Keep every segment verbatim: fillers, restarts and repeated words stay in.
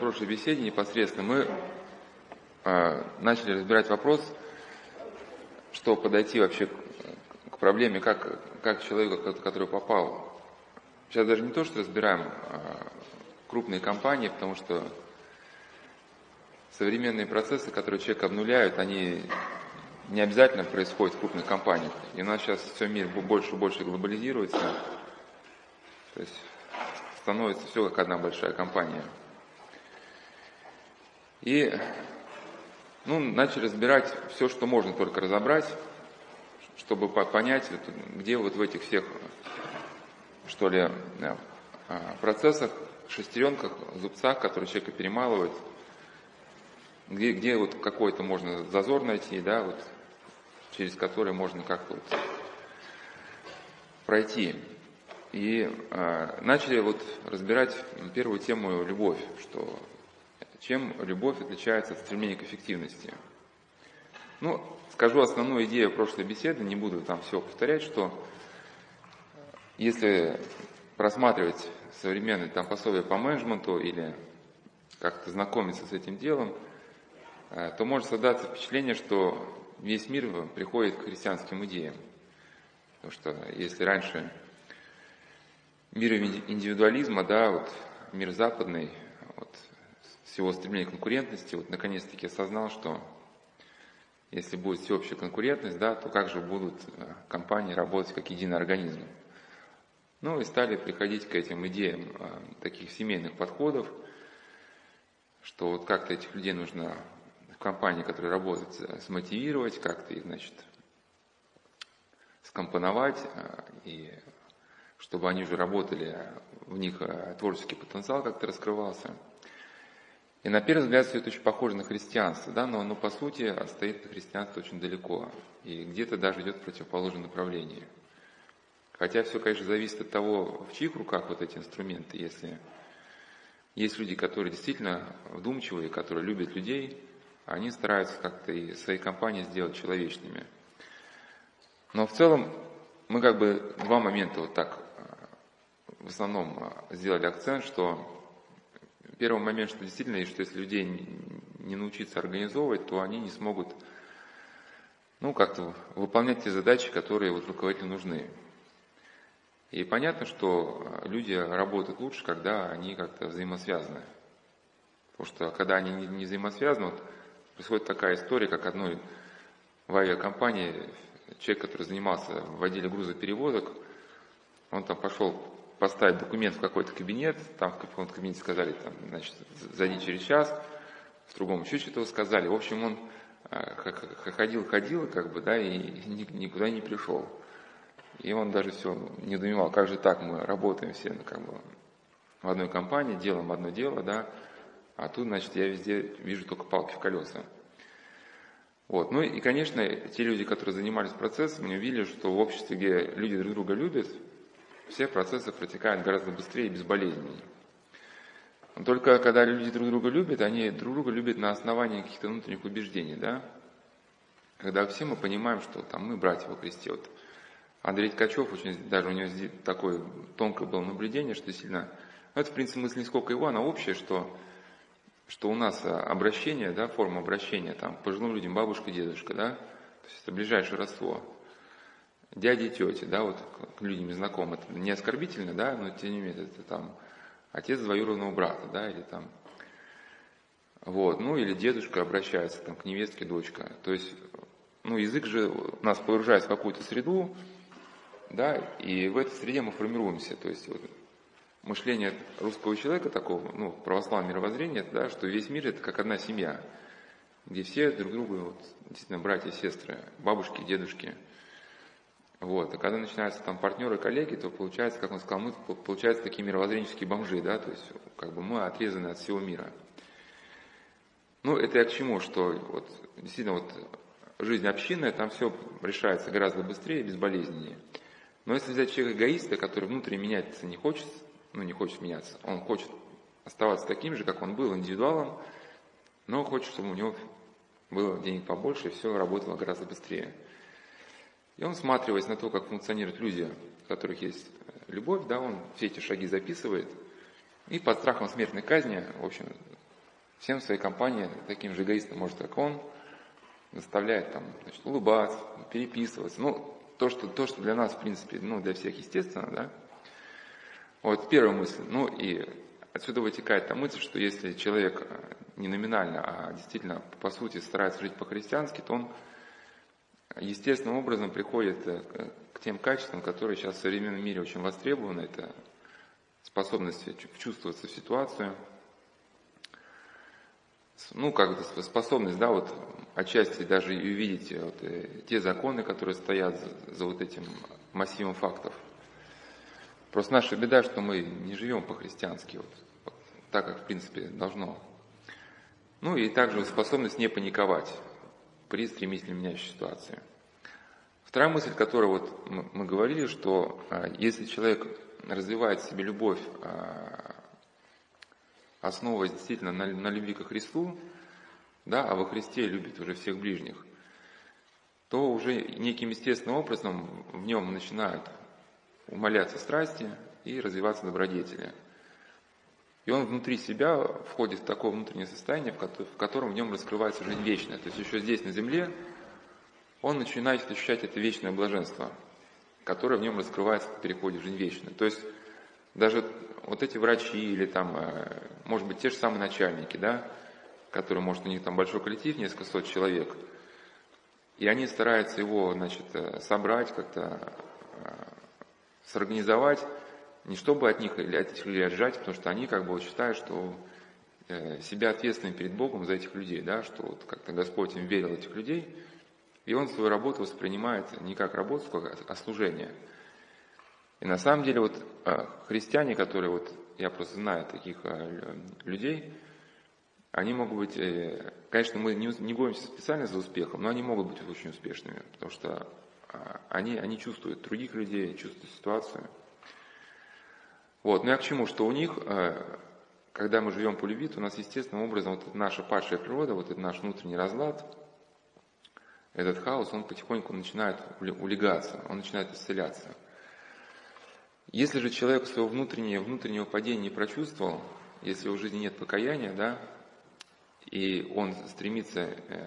прошлой беседе непосредственно мы э, начали разбирать вопрос, что подойти вообще к проблеме, как, как человеку, который попал. Сейчас даже не то, что разбираем э, крупные компании, потому что современные процессы, которые человека обнуляют, они не обязательно происходят в крупных компаниях. И у нас сейчас все мир больше и больше глобализируется. То есть становится все как одна большая компания. И ну, начали разбирать все, что можно только разобрать, чтобы понять, где вот в этих всех, что ли, процессах, шестеренках, зубцах, которые человека перемалывают, где, где вот какой-то можно зазор найти, да, вот, через который можно как-то вот пройти. И э, начали вот разбирать первую тему любовь, что чем любовь отличается от стремления к эффективности. Ну, скажу основную идею прошлой беседы, не буду там все повторять, что если просматривать современные там пособия по менеджменту или как-то знакомиться с этим делом, э, то может создаться впечатление, что весь мир приходит к христианским идеям. Потому что если раньше мир индивидуализма, да, вот мир западный, вот, с его стремлением к конкурентности, вот наконец-таки осознал, что если будет всеобщая конкурентность, да, то как же будут компании работать как единый организм. Ну и стали приходить к этим идеям а, таких семейных подходов, что вот как-то этих людей нужно в компании, которые работают, смотивировать, как-то их, значит, скомпоновать, а, и чтобы они уже работали, в них творческий потенциал как-то раскрывался. И на первый взгляд все это очень похоже на христианство, да, но оно по сути стоит от христианства очень далеко, и где-то даже идет в противоположном направлении. Хотя все, конечно, зависит от того, в чьих руках вот эти инструменты. Если есть люди, которые действительно вдумчивые, которые любят людей, они стараются как-то и свои компании сделать человечными. Но в целом мы как бы два момента вот так в основном сделали акцент, что первый момент, что действительно, что если людей не научиться организовывать, то они не смогут, ну, как-то выполнять те задачи, которые вот руководителю нужны. И понятно, что люди работают лучше, когда они как-то взаимосвязаны. Потому что когда они не взаимосвязаны, вот происходит такая история, как одной в авиакомпании человек, который занимался в отделе грузоперевозок, он там пошел поставить документ в какой-то кабинет, там в каком-то кабинете сказали, там, значит, зайди через час, в другом еще что-то сказали. В общем, он ходил-ходил, как бы, да, и никуда не пришел. И он даже все недоумевал, как же так, мы работаем все, ну, как бы, в одной компании, делаем одно дело, да, а тут, значит, я везде вижу только палки в колеса. Вот. Ну и, конечно, те люди, которые занимались процессом, они увидели, что в обществе, где люди друг друга любят, все процессы протекают гораздо быстрее и безболезненнее. Только когда люди друг друга любят, они друг друга любят на основании каких-то внутренних убеждений, да? Когда все мы понимаем, что там мы братья во Христе. Вот Андрей Ткачев, очень, даже у него такое тонкое было наблюдение, что действительно, ну, это в принципе мысль не сколько его, она общая, что, что у нас обращение, да, форма обращения, там, к пожилым людям бабушка, дедушка, да, то есть это ближайшее родство. Дяди и тети, да, вот к людям знакомым, это не оскорбительно, да, но тем не менее, это там отец двоюродного брата, да, или там, вот, ну, или дедушка обращается там к невестке, дочка, то есть, ну, язык же нас погружает в какую-то среду, да, и в этой среде мы формируемся, то есть, вот, мышление русского человека, такого, ну, православного мировоззрения, да, что весь мир это как одна семья, где все друг другу, вот, действительно, братья и сестры, бабушки, дедушки. Вот. А когда начинаются там партнеры, коллеги, то получается, как он сказал, мы получаются такие мировоззренческие бомжи, да, то есть как бы мы отрезаны от всего мира. Ну, это я к чему, что вот действительно вот жизнь общинная, там все решается гораздо быстрее и безболезненнее. Но если взять человека эгоиста, который внутренне меняться не хочет, ну не хочет меняться, он хочет оставаться таким же, как он был, индивидуалом, но хочет, чтобы у него было денег побольше и все работало гораздо быстрее. И он, всматриваясь на то, как функционируют люди, у которых есть любовь, да, он все эти шаги записывает, и под страхом смертной казни, в общем, всем в своей компании, таким же эгоистом, может, как он, заставляет там, значит, улыбаться, переписываться. Ну, то что, то, что для нас, в принципе, ну, для всех естественно, да. Вот первая мысль. Ну, и отсюда вытекает та мысль, что если человек не номинально, а действительно, по сути, старается жить по-христиански, то он естественным образом приходит к тем качествам, которые сейчас в современном мире очень востребованы. Это способность вчувствоваться в ситуацию, ну, как бы способность, да, вот отчасти даже и увидеть вот, те законы, которые стоят за, за вот этим массивом фактов. Просто наша беда, что мы не живем по-христиански, вот, вот, так, как, в принципе, должно. Ну, и также способность не паниковать при стремительно меняющей ситуации. Вторая мысль, которую вот мы, мы говорили, что а, если человек развивает в себе любовь, а, основываясь действительно на, на любви ко Христу, да, а во Христе любит уже всех ближних, то уже неким естественным образом в нем начинают умаляться страсти и развиваться добродетели. И он внутри себя входит в такое внутреннее состояние, в котором в нем раскрывается жизнь вечная. То есть еще здесь, на земле, он начинает ощущать это вечное блаженство, которое в нем раскрывается в переходе в жизнь вечную. То есть даже вот эти врачи или там, может быть, те же самые начальники, да, которые, может, у них там большой коллектив, несколько сот человек, и они стараются его, значит, собрать, как-то сорганизовать, не чтобы от них или от этих людей отжать, потому что они как бы вот считают, что себя ответственны перед Богом за этих людей, да, что вот как-то Господь им верил этих людей, и он свою работу воспринимает не как работу, а служение. И на самом деле вот христиане, которые вот, я просто знаю таких людей, они могут быть, конечно, мы не боремся специально за успехом, но они могут быть очень успешными, потому что они, они чувствуют других людей, чувствуют ситуацию. Вот, но я к чему, что у них, когда мы живем по любви, то у нас естественным образом вот наша падшая природа, вот этот наш внутренний разлад, этот хаос, он потихоньку начинает улегаться, он начинает исцеляться. Если же человек своего внутреннего, внутреннего падения не прочувствовал, если в жизни нет покаяния, да, и он стремится,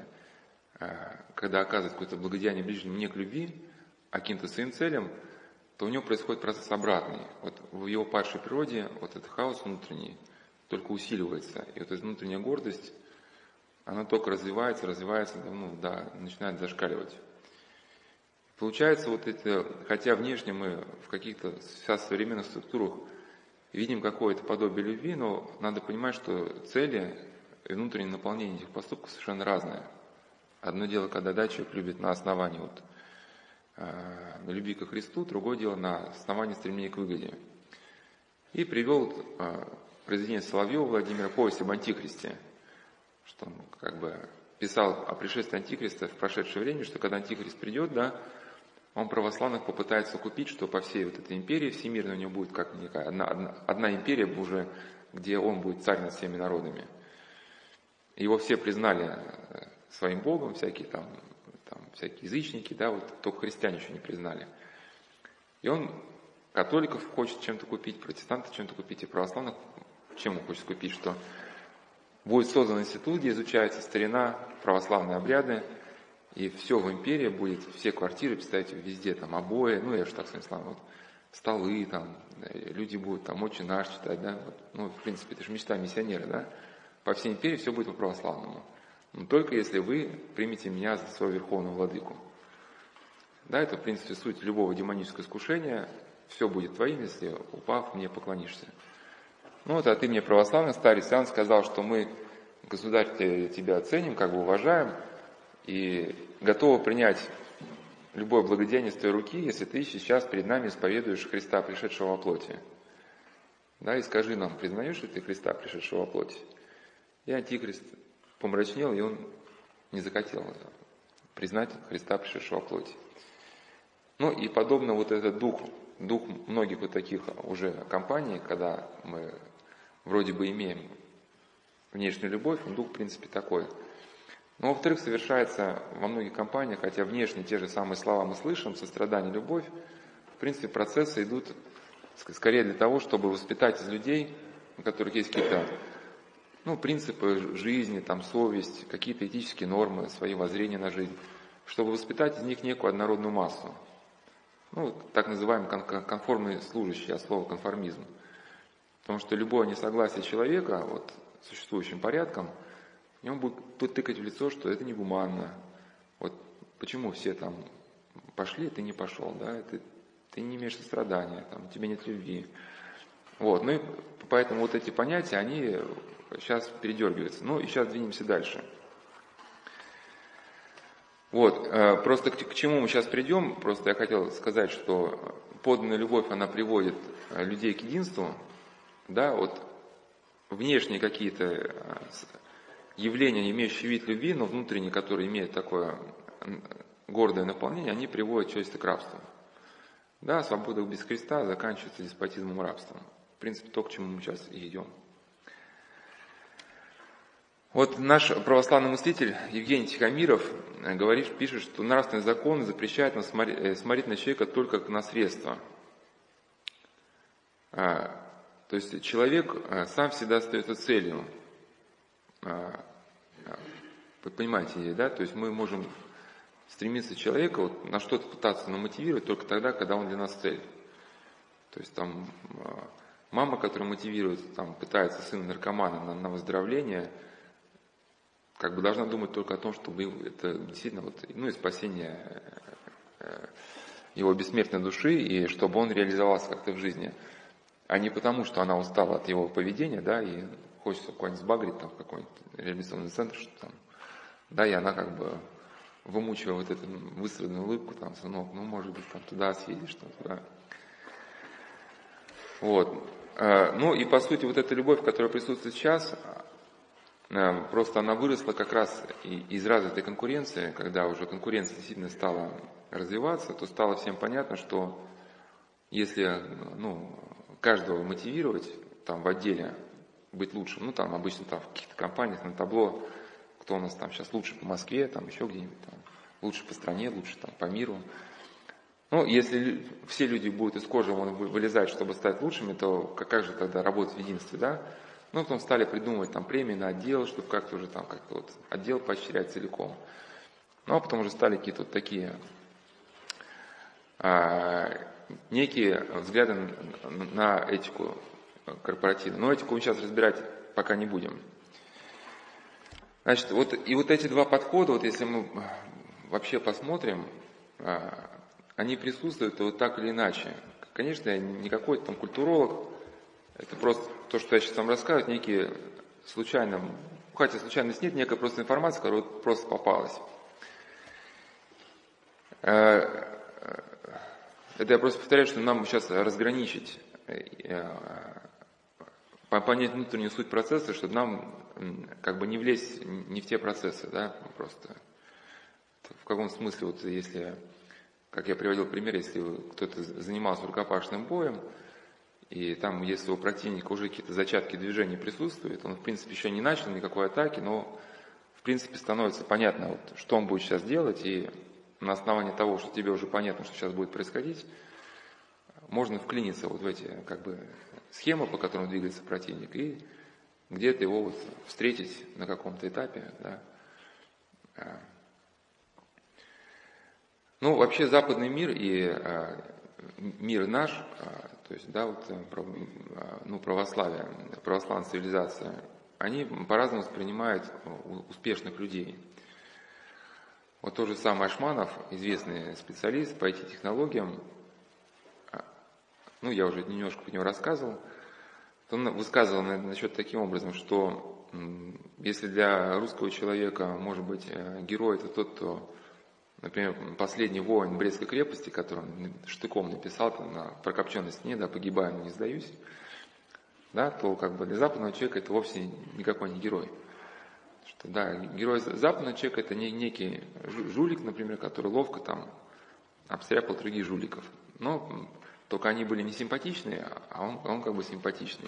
когда оказывает какое-то благодеяние ближнему, не к любви, а к каким-то своим целям, то у него происходит процесс обратный. Вот в его падшей природе вот этот хаос внутренний только усиливается. И вот эта внутренняя гордость, она только развивается, развивается, ну, да, начинает зашкаливать. Получается, вот это, хотя внешне мы в каких-то сейчас современных структурах видим какое-то подобие любви, но надо понимать, что цели и внутреннее наполнение этих поступков совершенно разное. Одно дело, когда да, человек любит на основании вот, э, любви ко Христу, другое дело на основании стремления к выгоде. И привел э, произведение Соловьева Владимира «Повесть об Антихристе», что он как бы писал о пришествии Антихриста в прошедшее время, что когда Антихрист придет, да, он православных попытается купить, что по всей вот этой империи всемирной у него будет как некая одна, одна, одна империя уже, где он будет царь над всеми народами. Его все признали своим богом, всякие там, там всякие язычники, да, вот только христиане еще не признали. И он католиков хочет чем-то купить, протестантов чем-то купить, и православных чем он хочет купить, что будет создан институт, где изучается старина, православные обряды, и все в империи будет, все квартиры, представьте, везде там обои, ну я же так своим словам, вот, столы там, да, люди будут там «Отче наш» читать, да, вот, ну в принципе это же мечта миссионера, да, по всей империи все будет по православному, но только если вы примете меня за своего верховного владыку. Да, это в принципе суть любого демонического искушения, все будет твоим, если упав мне поклонишься. Ну вот, а ты мне православный, старец Иоанн сказал, что мы, государь, тебя ценим, как бы уважаем, и готовы принять любое благодеяние с твоей руки, если ты сейчас перед нами исповедуешь Христа, пришедшего во плоти. Да, и скажи нам, признаешь ли ты Христа, пришедшего во плоти? И Антихрист помрачнел, и он не захотел признать Христа, пришедшего во плоти. Ну и подобно вот этот дух, дух многих вот таких уже компаний, когда мы вроде бы имеем внешнюю любовь, дух в принципе такой. Но во-вторых, совершается во многих компаниях, хотя внешне те же самые слова мы слышим, сострадание, любовь, в принципе процессы идут скорее для того, чтобы воспитать из людей, у которых есть какие-то ну, принципы жизни, там, совесть, какие-то этические нормы, свои воззрения на жизнь, чтобы воспитать из них некую однородную массу. Ну, так называемый конформный служащий, от слова конформизм. Потому что любое несогласие человека вот, с существующим порядком, ему будет тыкать в лицо, что это негуманно. Вот почему все там пошли, ты не пошел, да, ты, ты не имеешь сострадания, там, у тебя нет любви. Вот, ну и поэтому вот эти понятия, они сейчас передергиваются. Ну и сейчас двинемся дальше. Вот, просто к, к чему мы сейчас придем, просто я хотел сказать, что подлинная любовь, она приводит людей к единству, да, вот внешние какие-то явления, имеющие вид любви, но внутренние, которые имеют такое гордое наполнение, они приводят человечество к рабству. Да, свобода без Христа заканчивается деспотизмом и рабством. В принципе, то, к чему мы сейчас и идем. Вот наш православный мыслитель Евгений Тихомиров говорит, пишет, что нравственный закон запрещает нам смотреть на человека только как на средство. То есть человек сам всегда остается целью. Вы понимаете, да? То есть мы можем стремиться человека вот, на что-то пытаться намотивировать только тогда, когда он для нас цель. То есть там мама, которая мотивирует, там, пытается сына наркомана на, на выздоровление, как бы должна думать только о том, чтобы это действительно вот, ну и спасение его бессмертной души, и чтобы он реализовался как-то в жизни. А не потому, что она устала от его поведения, да, и хочется куда-нибудь сбагрить там, в какой-нибудь реабилитационный центр, что там, да, и она как бы вымучивая вот эту выстраданную улыбку, там, сынок, ну, может быть, там туда съедешь, там, туда. Вот. Ну и по сути вот эта любовь, которая присутствует сейчас, просто она выросла как раз из развитой конкуренции, когда уже конкуренция действительно стала развиваться, то стало всем понятно, что если, ну, каждого мотивировать там в отделе быть лучшим, ну там обычно там в каких-то компаниях на табло, кто у нас там сейчас лучше по Москве, там еще где-нибудь, там, лучше по стране, лучше там по миру. Ну, если все люди будут из кожи вон вылезать, чтобы стать лучшими, то как же тогда работать в единстве, да? Ну, потом стали придумывать там премии на отдел, чтобы как-то уже там как-то вот отдел поощрять целиком. Ну, а потом уже стали какие-то вот такие а, некие взгляды на этику корпоративную. Но этику мы сейчас разбирать пока не будем. Значит, вот и вот эти два подхода, вот если мы вообще посмотрим, а, они присутствуют вот так или иначе. Конечно, я не какой-то там культуролог, это просто то, что я сейчас вам рассказываю, некие случайно, хотя случайность нет, некая просто информация, которая вот просто попалась. Это я просто повторяю, что нам сейчас разграничить, понять внутреннюю суть процесса, чтобы нам как бы не влезть не в те процессы, да, просто. В каком смысле, вот если, как я приводил пример, если кто-то занимался рукопашным боем, и там, если у противника уже какие-то зачатки движения присутствуют, он, в принципе, еще не начал никакой атаки, но, в принципе, становится понятно, вот, что он будет сейчас делать, и на основании того, что тебе уже понятно, что сейчас будет происходить, можно вклиниться вот в эти, как бы, схемы, по которым двигается противник, и где-то его вот встретить на каком-то этапе, да. Ну, вообще, западный мир и а, мир наш, а, то есть, да, вот, ну, православие, православная цивилизация, они по-разному воспринимают успешных людей. Вот тот же самый Ашманов, известный специалист по ай ти-технологиям, ну, я уже немножко про него рассказывал, он высказывал насчет таким образом, что если для русского человека, может быть, герой — это тот, кто, например, последний воин Брестской крепости, который он штыком написал там, на прокопченной стене, да, погибаю, но не сдаюсь, да, то как бы для западного человека это вовсе никакой не герой. Что, да, герой западного человека — это не, некий жулик, например, который ловко там обстряпал других жуликов. Но только они были не симпатичные, а он, он как бы симпатичный.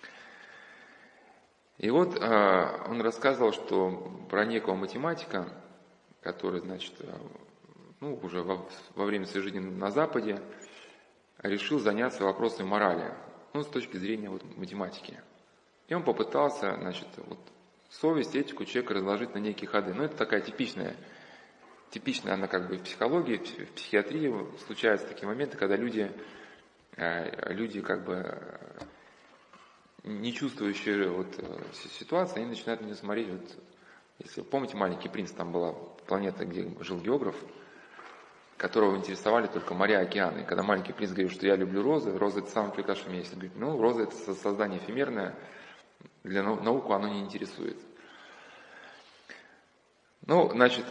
И вот э, он рассказывал, что про некого математика, который, значит, ну, уже во, во время своей жизни на Западе решил заняться вопросами морали, ну, с точки зрения вот, математики. И он попытался, значит, вот совесть, этику человека разложить на некие ходы. Ну, это такая типичная, типичная она как бы в психологии, в психиатрии случаются такие моменты, когда люди, люди как бы не чувствующие вот ситуации, они начинают на нее смотреть. Вот, если вы помните «Маленький принц», там была планета, где жил географ, которого интересовали только моря, океаны. И когда маленький принц говорил, что я люблю розы, розы это самое прекрасное место. Говорит, ну, роза это создание эфемерное, для науку оно не интересует. Ну, значит,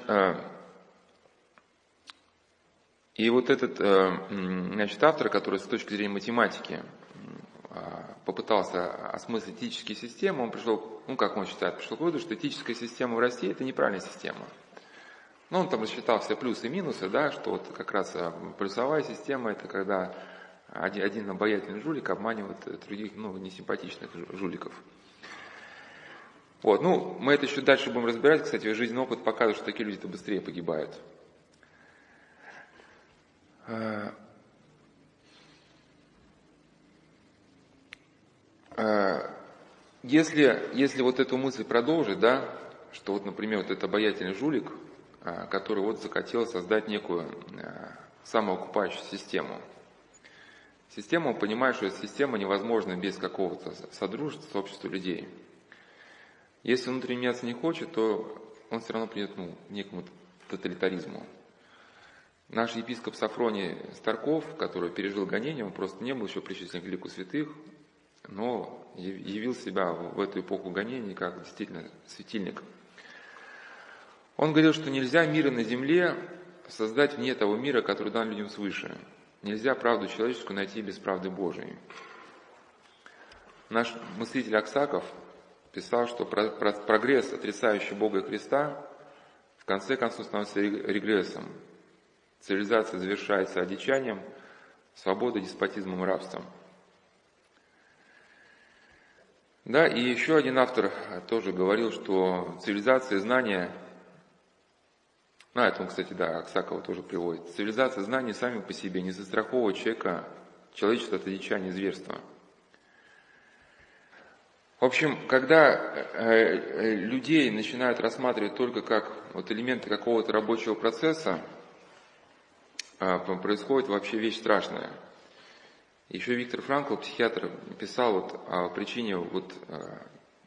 и вот этот, значит, автор, который с точки зрения математики попытался осмыслить этические системы, он пришел, ну, как он считает, пришел к выводу, что этическая система в России это неправильная система. Ну, он там рассчитал все плюсы и минусы, да, что вот как раз плюсовая система это когда один, один обаятельный жулик обманивает других, ну, несимпатичных жуликов. Вот, ну, мы это еще дальше будем разбирать. Кстати, жизненный опыт показывает, что такие люди-то быстрее погибают. Если, если вот эту мысль продолжить, да, что вот, например, вот этот обаятельный жулик, который вот захотел создать некую самоокупающую систему. Систему, понимая, что эта система невозможна без какого-то содружества, сообщества людей. Если он внутренне меняться не хочет, то он все равно придет, ну, к некому тоталитаризму. Наш епископ Сафроний Старков, который пережил гонение, он просто не был еще причислен к лику святых, но явил себя в эту эпоху гонений как действительно светильник. Он говорил, что нельзя мира на земле создать вне того мира, который дан людям свыше. Нельзя правду человеческую найти без правды Божией. Наш мыслитель Аксаков писал, что прогресс, отрицающий Бога и Христа, в конце концов становится регрессом. Цивилизация завершается одичанием, свободой, деспотизмом и рабством. Да, и еще один автор тоже говорил, что цивилизация и знания, а, это он, кстати, да, Аксакова тоже приводит, цивилизация и знания сами по себе не застраховывают человека, человечество от одичания и зверства. В общем, когда э, людей начинают рассматривать только как вот элементы какого-то рабочего процесса, э, происходит вообще вещь страшная. Еще Виктор Франкл, психиатр, писал вот о причине вот, э,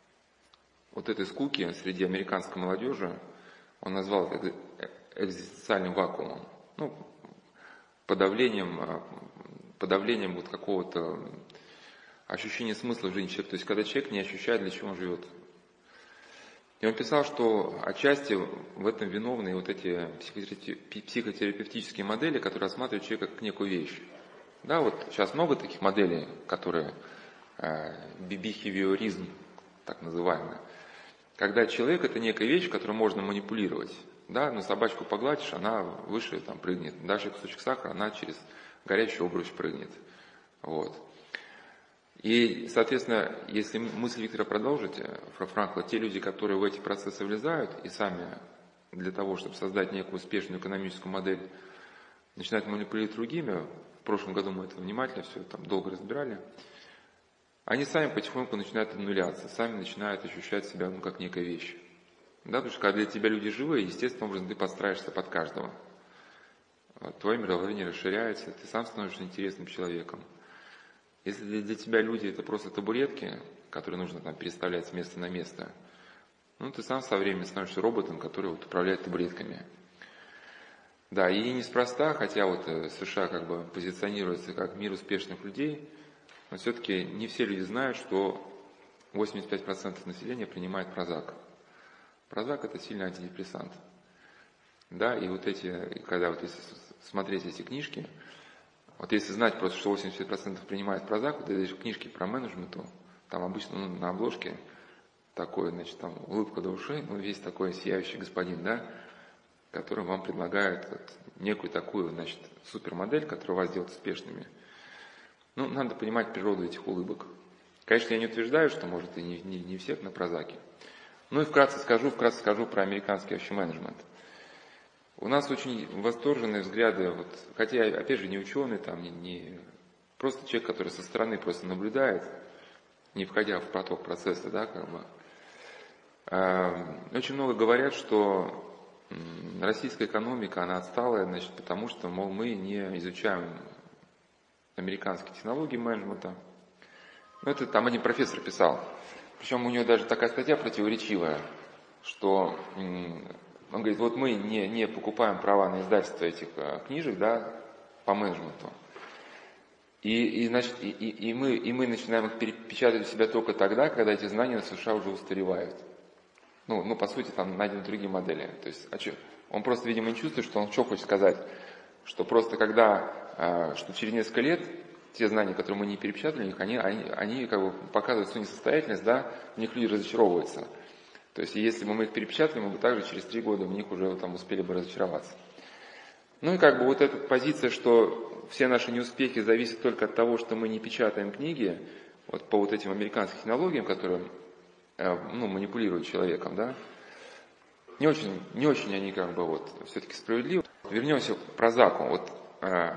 вот этой скуки среди американской молодежи. Он назвал это экзистенциальным вакуумом, ну, подавлением, подавлением вот какого-то ощущение смысла в жизни человека, то есть когда человек не ощущает, для чего он живет. И он писал, что отчасти в этом виновны вот эти психотерапевтические модели, которые рассматривают человека как некую вещь. Да, вот сейчас много таких моделей, которые э, бихевиоризм, так называемый. Когда человек это некая вещь, которую можно манипулировать. Да, ну собачку погладишь, она выше там прыгнет. Дальше кусочек сахара, она через горячий обруч прыгнет. Вот. И, соответственно, если мысль Виктора продолжить, Франкла, те люди, которые в эти процессы влезают и сами для того, чтобы создать некую успешную экономическую модель, начинают манипулировать другими, в прошлом году мы это внимательно все там долго разбирали, они сами потихоньку начинают обнуляться, сами начинают ощущать себя ну, как некая вещь. Да, потому что когда для тебя люди живые, естественным образом ты подстраиваешься под каждого. Твое мировоззрение расширяется, ты сам становишься интересным человеком. Если для, для тебя люди это просто табуретки, которые нужно там переставлять с места на место, ну ты сам со временем становишься роботом, который вот управляет табуретками. Да, и неспроста, хотя вот США как бы позиционируется как мир успешных людей, но все-таки не все люди знают, что восемьдесят пять процентов населения принимает Прозак. Прозак это сильный антидепрессант. Да, и вот эти, когда вот если смотреть эти книжки, вот если знать просто, что восемьдесят пять процентов принимает Прозак, вот эти книжки про менеджмент, там обычно ну, на обложке такой, значит, там улыбка до ушей, ну весь такой сияющий господин, да, который вам предлагает вот, некую такую, значит, супермодель, которая вас делает успешными. Ну, надо понимать природу этих улыбок. Конечно, я не утверждаю, что, может, и не, не, не всех на Прозаке. Ну и вкратце скажу, вкратце скажу про американский вообще менеджмент. У нас очень восторженные взгляды, вот, хотя, опять же, не ученый, там, не, не, просто человек, который со стороны просто наблюдает. не входя в поток процесса, да, как бы. Очень много говорят, что российская экономика, она отсталая, значит, потому что, мол, мы не изучаем американские технологии менеджмента. Ну, это там один профессор писал. Причем у него даже такая статья противоречивая, что он говорит, вот мы не, не покупаем права на издательство этих книжек, да, по менеджменту. И, и, значит, и, и, и, мы, и мы начинаем их перепечатать у себя только тогда, когда эти знания на США уже устаревают. Ну, ну, по сути, там найдены другие модели. То есть, а что? Он просто, видимо, не чувствует, что он что хочет сказать. Что просто когда, что через несколько лет те знания, которые мы не перепечатали, у них, они, они, они как бы показывают свою несостоятельность, да, в них люди разочаровываются. То есть, если бы мы их перепечатали, мы бы также через три года в них уже там успели бы разочароваться. Ну и как бы вот эта позиция, что все наши неуспехи зависят только от того, что мы не печатаем книги, вот по вот этим американским технологиям, которые, ну, манипулируют человеком, да, не очень, не очень они как бы вот все-таки справедливы. Вернемся к Прозаку. Вот, э,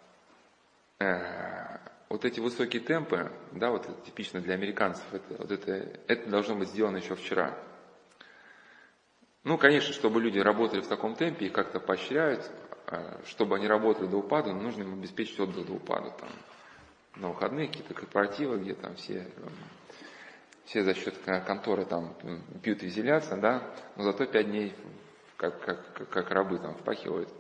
э, вот эти высокие темпы, да, вот это типично для американцев, это, вот это, это должно быть сделано еще вчера. Ну, конечно, чтобы люди работали в таком темпе, их как-то поощряют, э, чтобы они работали до упаду, но нужно им обеспечить отдых до упаду. Там, на выходные какие-то корпоративы, где там все... Все за счет конторы там пьют и веселятся, да, но зато пять дней как, как, как рабы там впахивают.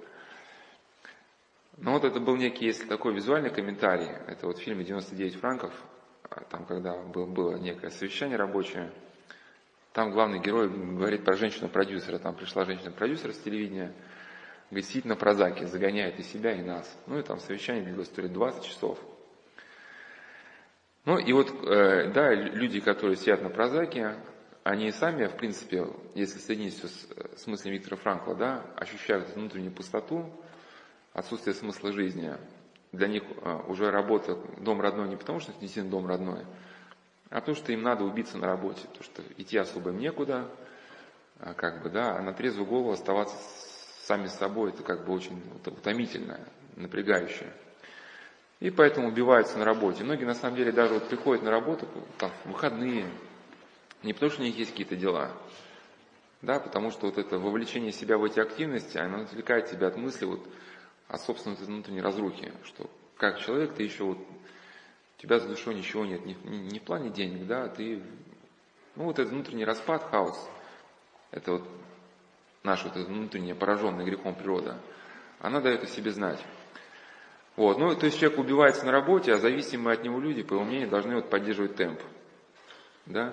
Но вот это был некий, если такой визуальный комментарий, это вот в фильме «девяносто девять франков», там когда был, было некое совещание рабочее, там главный герой говорит про женщину-продюсера, там пришла женщина-продюсер с телевидения, говорит, сидит на Прозаке, загоняет и себя, и нас. Ну и там совещание длилось то ли двадцать часов. Ну и вот, э, да, люди, которые сидят на Прозаке, они сами, в принципе, если соединить все с, с мыслью Виктора Франкла, да, ощущают внутреннюю пустоту, отсутствие смысла жизни. Для них э, уже работа, дом родной не потому, что это действительно дом родной, а потому что им надо убиться на работе, потому что идти особо им некуда, а как бы, да, а на трезвую голову оставаться с, сами с собой, это как бы очень утомительно, напрягающее. И поэтому убиваются на работе. Многие, на самом деле, даже вот приходят на работу там, в выходные, не потому что у них есть какие-то дела, да, потому что вот это вовлечение себя в эти активности, оно отвлекает тебя от мысли вот о собственной внутренней разрухе, что как человек ты еще вот, у тебя за душой ничего нет, не, не, не в плане денег, да, а ты, ну вот этот внутренний распад, хаос, это вот наша вот эта внутренняя пораженная грехом природа, она дает о себе знать. Вот, ну, то есть человек убивается на работе, а зависимые от него люди, по его мнению, должны вот поддерживать темп. Да?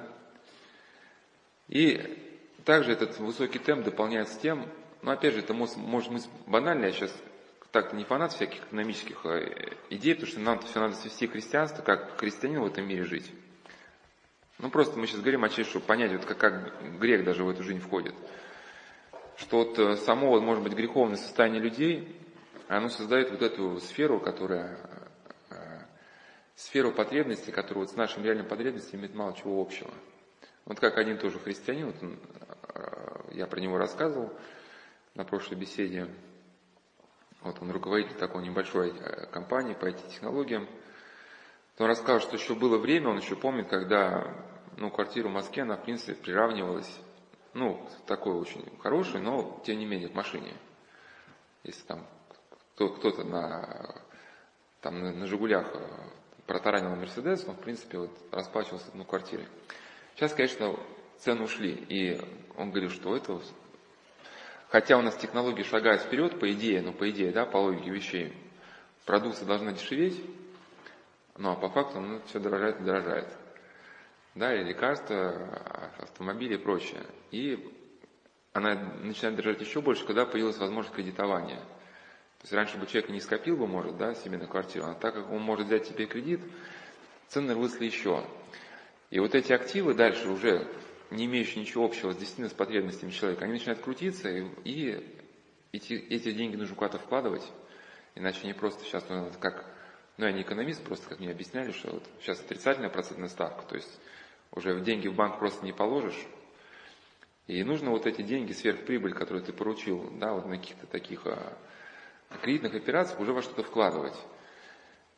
И также этот высокий темп дополняется тем, ну, опять же, это может, может быть банально, я сейчас так-то не фанат всяких экономических идей, потому что нам все надо свести к христианству, как христианину в этом мире жить. Ну, просто мы сейчас говорим о чести, чтобы понять, вот как, как грех даже в эту жизнь входит. Что вот само, вот, может быть, греховное состояние людей, оно создает вот эту сферу, которая, э, сферу потребностей, которая вот с нашими реальными потребностями имеет мало чего общего. Вот как один тоже христианин, вот он, э, я про него рассказывал на прошлой беседе, вот он руководитель такой небольшой компании по ай ти-технологиям, он рассказал, что еще было время, он еще помнит, когда, ну, квартира в Москве, она, в принципе, приравнивалась, ну, такой очень хороший, но, тем не менее, к машине. Если там кто-то на, там, на, на «Жигулях» протаранил «Мерседес», он, в принципе, вот, расплачивался на квартире. Сейчас, конечно, цены ушли, и он говорил, что это, хотя у нас технологии шагают вперед, по идее, ну, по идее, да, по логике вещей, продукция должна дешеветь, ну, а по факту, ну, все дорожает и дорожает. Да, и лекарства, автомобили и прочее. И она начинает дорожать еще больше, когда появилась возможность кредитования. То есть раньше бы человек не скопил бы, может, да, себе на квартиру, а так как он может взять себе кредит, цены выросли еще. И вот эти активы дальше уже, не имеющие ничего общего с действительно с потребностями человека, они начинают крутиться, и, и эти, эти деньги нужно куда-то вкладывать, иначе не просто сейчас, ну, как, ну я не экономист, просто как мне объясняли, что вот сейчас отрицательная процентная ставка, то есть уже деньги в банк просто не положишь, и нужно вот эти деньги, сверхприбыль, которую ты поручил, да, вот на каких-то таких а, кредитных операциях уже во что-то вкладывать.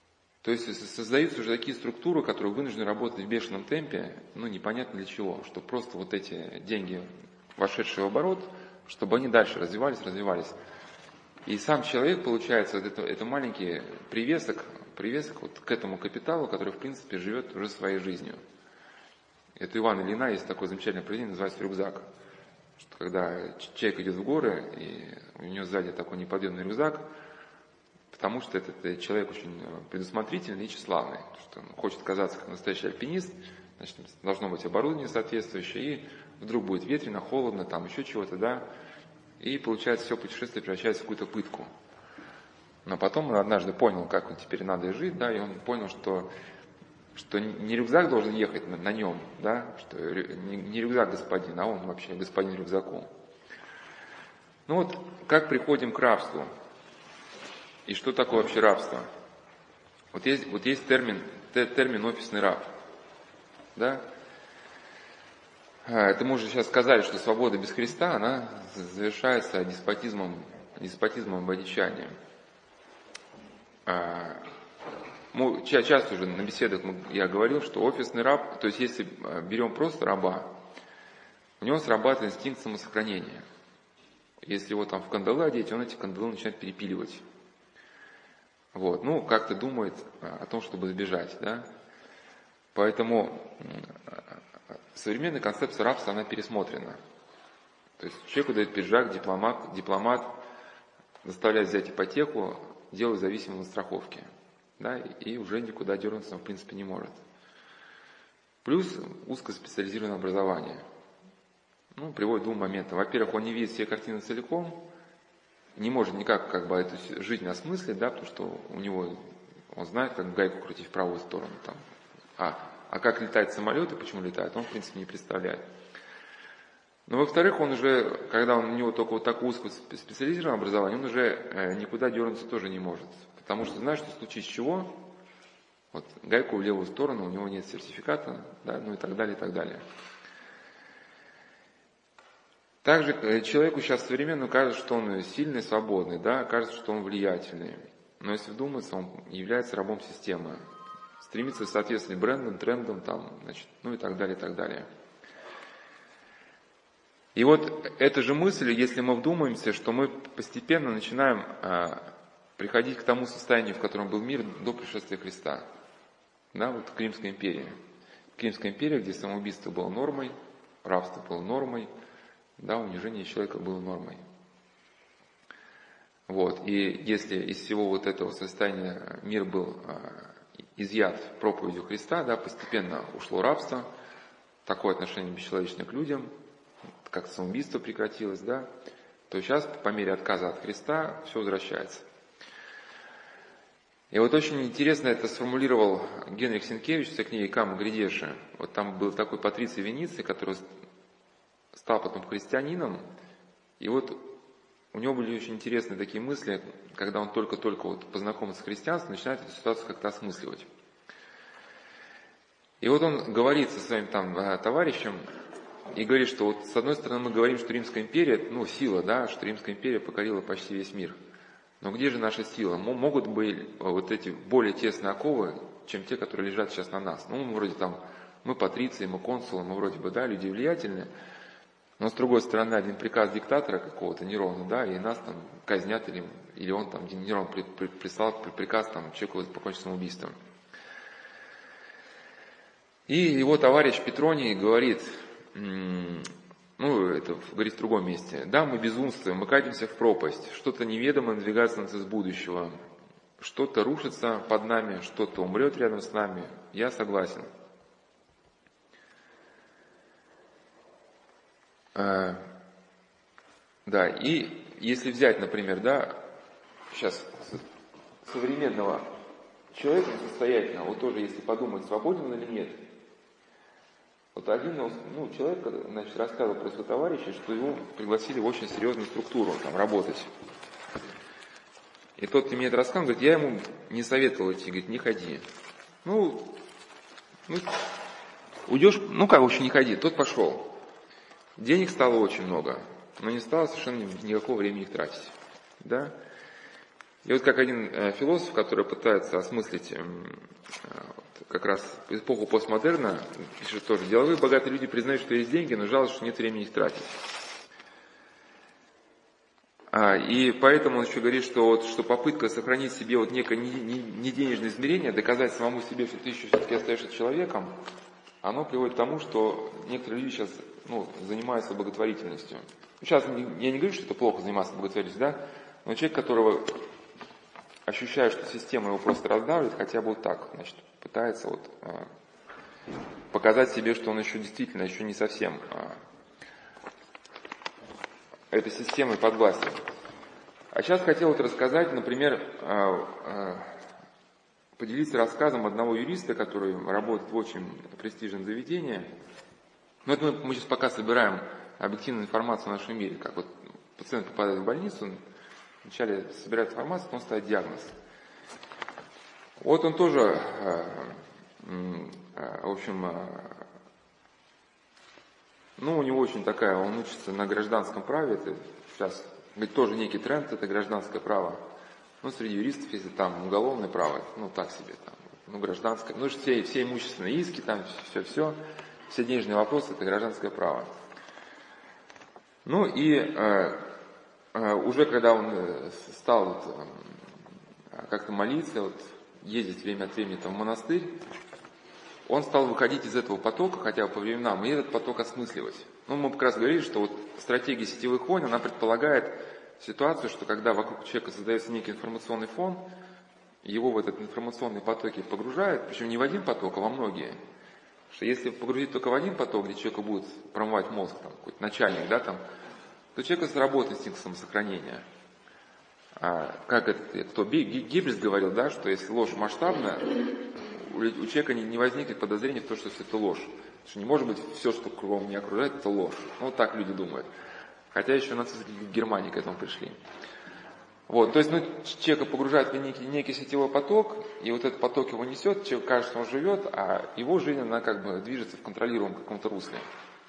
То есть создаются уже такие структуры, которые вынуждены работать в бешеном темпе, ну непонятно для чего, что просто вот эти деньги, вошедшие в оборот, чтобы они дальше развивались, развивались. И сам человек, получается, это, это маленький привесок, привесок вот к этому капиталу, который, в принципе, живет уже своей жизнью. Это Иван Ильина, есть такое замечательное произведение, называется «Рюкзак». Что когда человек идет в горы, и у него сзади такой неподъемный рюкзак, потому что этот человек очень предусмотрительный и тщеславный. Что он хочет казаться как настоящий альпинист, значит, должно быть оборудование соответствующее, и вдруг будет ветрено, холодно, там еще чего-то, да, и получается все путешествие превращается в какую-то пытку. Но потом он однажды понял, как он теперь надо жить, да, и он понял, что, что не рюкзак должен ехать на, на нем, да, что не, не рюкзак господин, а он вообще господин рюкзаку. Ну вот, как приходим к рабству? И что такое вообще рабство? Вот есть, вот есть термин, термин офисный раб. Да? Это мы уже сейчас сказали, что свобода без Христа, она завершается деспотизмом, деспотизмом ободичания. Мы, часто уже на беседах я говорил, что офисный раб, то есть если берем просто раба, у него срабатывает инстинкт самосохранения. Если его там в кандалы одеть, он эти кандалы начинает перепиливать. Вот, ну, как-то думает о том, чтобы сбежать, да. Поэтому современная концепция рабства, она пересмотрена. То есть человеку дают пиджак, дипломат, дипломат заставляет взять ипотеку, делает зависимым от страховки, да, и уже никуда дернуться он, в принципе, не может. Плюс узкоспециализированное образование. Ну, приводит к двум моментам. Во-первых, он не видит все картины целиком, не может никак как бы эту жизнь осмыслить, да, потому что у него, он знает, как гайку крутить в правую сторону. Там. А, а как летают самолеты, почему летают, он, в принципе, не представляет. Но, во-вторых, он уже, когда он, у него только вот так узко специализированное образование, он уже э, никуда дернуться тоже не может. Потому что знает, что в случае с чего, вот гайку в левую сторону, у него нет сертификата, да, ну и так далее, и так далее. Также человеку сейчас современно кажется, что он сильный, свободный, да, кажется, что он влиятельный. Но если вдуматься, он является рабом системы. Стремится соответствовать брендам, трендам, там, значит, ну и так далее, и так далее. И вот эта же мысль, если мы вдумаемся, что мы постепенно начинаем а, приходить к тому состоянию, в котором был мир до пришествия Христа. Да, вот к Римской империи. К Римской империи, где самоубийство было нормой, рабство было нормой, да, унижение человека было нормой. Вот. И если из всего вот этого состояния мир был а, изъят проповедью Христа, да, постепенно ушло рабство, такое отношение бесчеловечное к людям, как самоубийство прекратилось, да, то сейчас по мере отказа от Христа все возвращается. И вот очень интересно это сформулировал Генрих Сенкевич в своей книге «Камо Грядеши». Вот там был такой патриций Вениций, который стал потом христианином, и вот у него были очень интересные такие мысли, когда он только-только вот познакомился с христианством, начинает эту ситуацию как-то осмысливать. И вот он говорит со своим там товарищем, и говорит, что вот с одной стороны мы говорим, что Римская империя, ну сила, да, что Римская империя покорила почти весь мир. Но где же наша сила? Могут быть вот эти более тесные оковы, чем те, которые лежат сейчас на нас. Ну, мы вроде там, мы патриции, мы консулы, мы вроде бы, да, люди влиятельные. Но с другой стороны, один приказ диктатора какого-то, Нерона, да, и нас там казнят, или, или он там, Нерон при, при, прислал приказ там человеку покончить самоубийством. И его товарищ Петроний говорит, ну, это говорит в другом месте, да, мы безумствуем, мы катимся в пропасть, что-то неведомое надвигается на нас из будущего, что-то рушится под нами, что-то умрет рядом с нами, я согласен. А, да, и если взять, например, да, сейчас современного человека состоятельного, вот тоже если подумать, свободен он или нет. Вот один ну, человек, значит, рассказывал про своего товарища, что его пригласили в очень серьезную структуру там работать. И тот, кто мне это рассказал, говорит, я ему не советовал идти, говорит, не ходи. Ну, ну уйдешь, ну как, в общем, не ходи. Тот пошел. Денег стало очень много, но не стало совершенно никакого времени их тратить. Да? И вот как один философ, который пытается осмыслить как раз эпоху постмодерна, пишет тоже: деловые богатые люди признают, что есть деньги, но жалуются, что нет времени их тратить. И поэтому он еще говорит, что, вот, что попытка сохранить себе вот некое неденежное измерение, доказать самому себе, что ты еще все-таки остаешься человеком, оно приводит к тому, что некоторые люди сейчас ну, занимаются благотворительностью. Сейчас я не говорю, что это плохо заниматься благотворительностью, да? Но человек, которого ощущает, что система его просто раздавливает, хотя бы вот так, значит, пытается вот, показать себе, что он еще действительно, еще не совсем этой системой подвластен. А сейчас хотел вот рассказать, например, поделиться рассказом одного юриста, который работает в очень престижном заведении. Ну, это мы, мы сейчас пока собираем объективную информацию о нашем мире. Как вот пациент попадает в больницу, вначале собирает информацию, потом ставит диагноз. Вот он тоже, в общем, ну, у него очень такая, он учится на гражданском праве, это сейчас, говорит, тоже некий тренд, это гражданское право. Ну, среди юристов, если там уголовное право, ну, так себе, там, ну, гражданское, ну, все, все имущественные иски, там, все-все, все денежные вопросы, это гражданское право. Ну, и э, э, уже когда он стал вот, э, как-то молиться, вот, ездить время от времени там, в монастырь, он стал выходить из этого потока, хотя бы по временам, и этот поток осмысливать. Ну, мы как раз говорили, что вот стратегия сетевых войн, она предполагает ситуацию, что когда вокруг человека создается некий информационный фон, его в этот информационный поток погружают, причем не в один поток, а во многие. Что если погрузить только в один поток, где человеку будет промывать мозг, там, какой-то начальник, да, там, то человек сработает инстинкт самосохранения. А, как это, кто, Геббельс говорил, да, что если ложь масштабна, у человека не возникнет подозрения в том, что все это ложь. Потому что не может быть все, что кругом меня окружает, это ложь. Ну, вот так люди думают. Хотя еще нацисты в Германии к этому пришли. Вот, то есть, ну, человека погружает в некий, некий сетевой поток, и вот этот поток его несет, человек кажется, что он живет, а его жизнь, она как бы движется в контролируемом каком-то русле.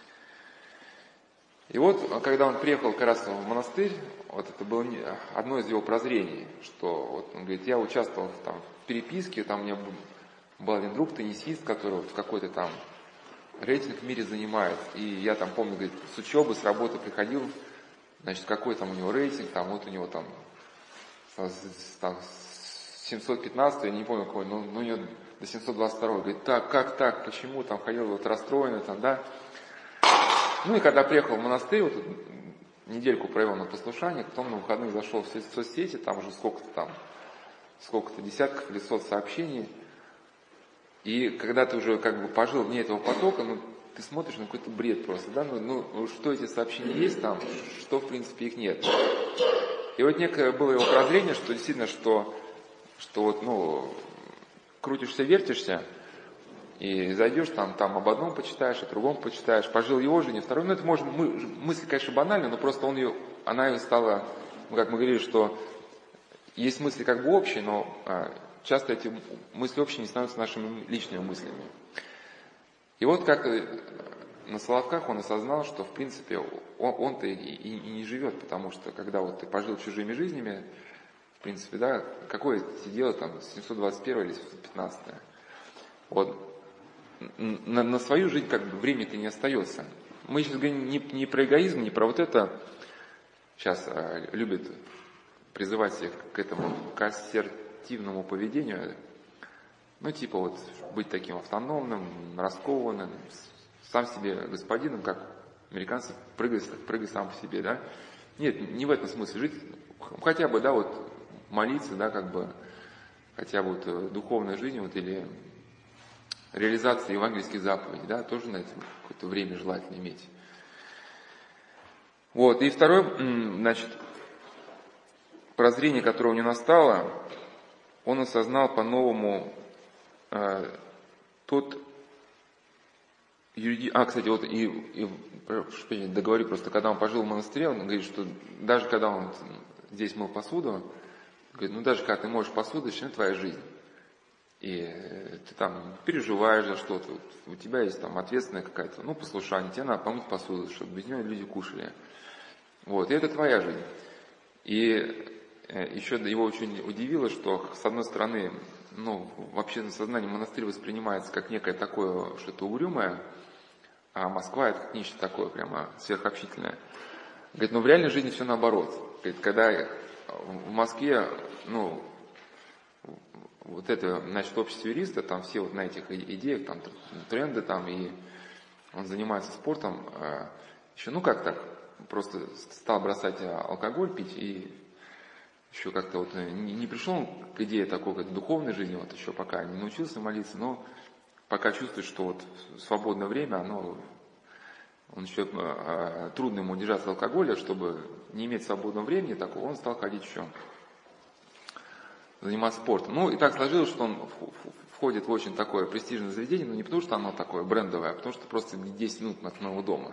И вот, когда он приехал как раз в монастырь, вот это было одно из его прозрений, что вот он говорит, я участвовал там, в переписке, там у меня был один друг, теннисист, который вот какой-то там рейтинг в мире занимает. И я там помню, говорит, с учебы, с работы приходил, значит, какой там у него рейтинг, там вот у него там, там семьсот пятнадцать, я не помню какой, но ну, у него до семьсот двадцать два. Говорит, так, как так, почему, там ходил вот расстроенный, там, да. Ну и когда приехал в монастырь, вот недельку провел на послушании, потом на выходных зашел в соцсети, там уже сколько-то там, сколько-то десятков или сот сообщений. И когда ты уже как бы пожил вне этого потока, ну, ты смотришь на какой-то бред просто, да, ну, ну, что эти сообщения есть там, что, в принципе, их нет. И вот некое было его прозрение, что действительно, что, что вот, ну, крутишься, вертишься, и зайдешь там, там об одном почитаешь, о другом почитаешь, пожил его жизнью, второй, ну, это может, мы, мысль, конечно, банальная, но просто он ее, она ее стала, ну, как мы говорили, что есть мысли как бы общие, но часто эти мысли общие не становятся нашими личными мыслями. И вот как на Соловках он осознал, что в принципе он, он-то и, и, и не живет, потому что когда вот ты пожил чужими жизнями, в принципе, да, какое тебе дело там семьсот двадцать первое или семьсот пятнадцатое? Вот на, на свою жизнь как бы времени-то не остается. Мы сейчас говорим не, не про эгоизм, не про вот это, сейчас а, любят призывать всех к этому, к ассертивному поведению, ну, типа вот быть таким автономным, раскованным, сам себе господином, как американцы, прыгай, прыгай сам по себе, да. Нет, не в этом смысле жить, хотя бы, да, вот молиться, да, как бы, хотя бы вот духовной жизнью, вот, или реализация евангельских заповедей, да, тоже на это какое-то время желательно иметь. Вот, и второе, значит, прозрение, которое у него настало, он осознал по-новому э, тот юриди... А, кстати, вот и, и договорю просто, когда он пожил в монастыре, он говорит, что даже когда он здесь мыл посуду, говорит, ну даже когда ты моешь посуду, это твоя жизнь. И ты там переживаешь за что-то, у тебя есть там ответственная какая-то, ну, послушание, тебе надо помыть посуду, чтобы без нее люди кушали. Вот, и это твоя жизнь. И еще его очень удивило, что с одной стороны, ну, в общественном сознании монастырь воспринимается как некое такое что-то угрюмое, а Москва это как нечто такое прямо сверхобщительное. Говорит, ну в реальной жизни все наоборот. Говорит, когда в Москве, ну, вот это, значит, общество юриста, там все вот на этих идеях, там тренды, там, и он занимается спортом, еще, ну как так, просто стал бросать алкоголь пить и еще как-то вот не, не пришел к идее такой как духовной жизни, вот еще пока не научился молиться, но пока чувствует, что вот свободное время, оно, он еще э, трудно ему удержаться от алкоголя, чтобы не иметь свободного времени такого, он стал ходить еще, заниматься спортом. Ну и так сложилось, что он входит в очень такое престижное заведение, но не потому, что оно такое брендовое, а потому, что просто десять минут от моего дома.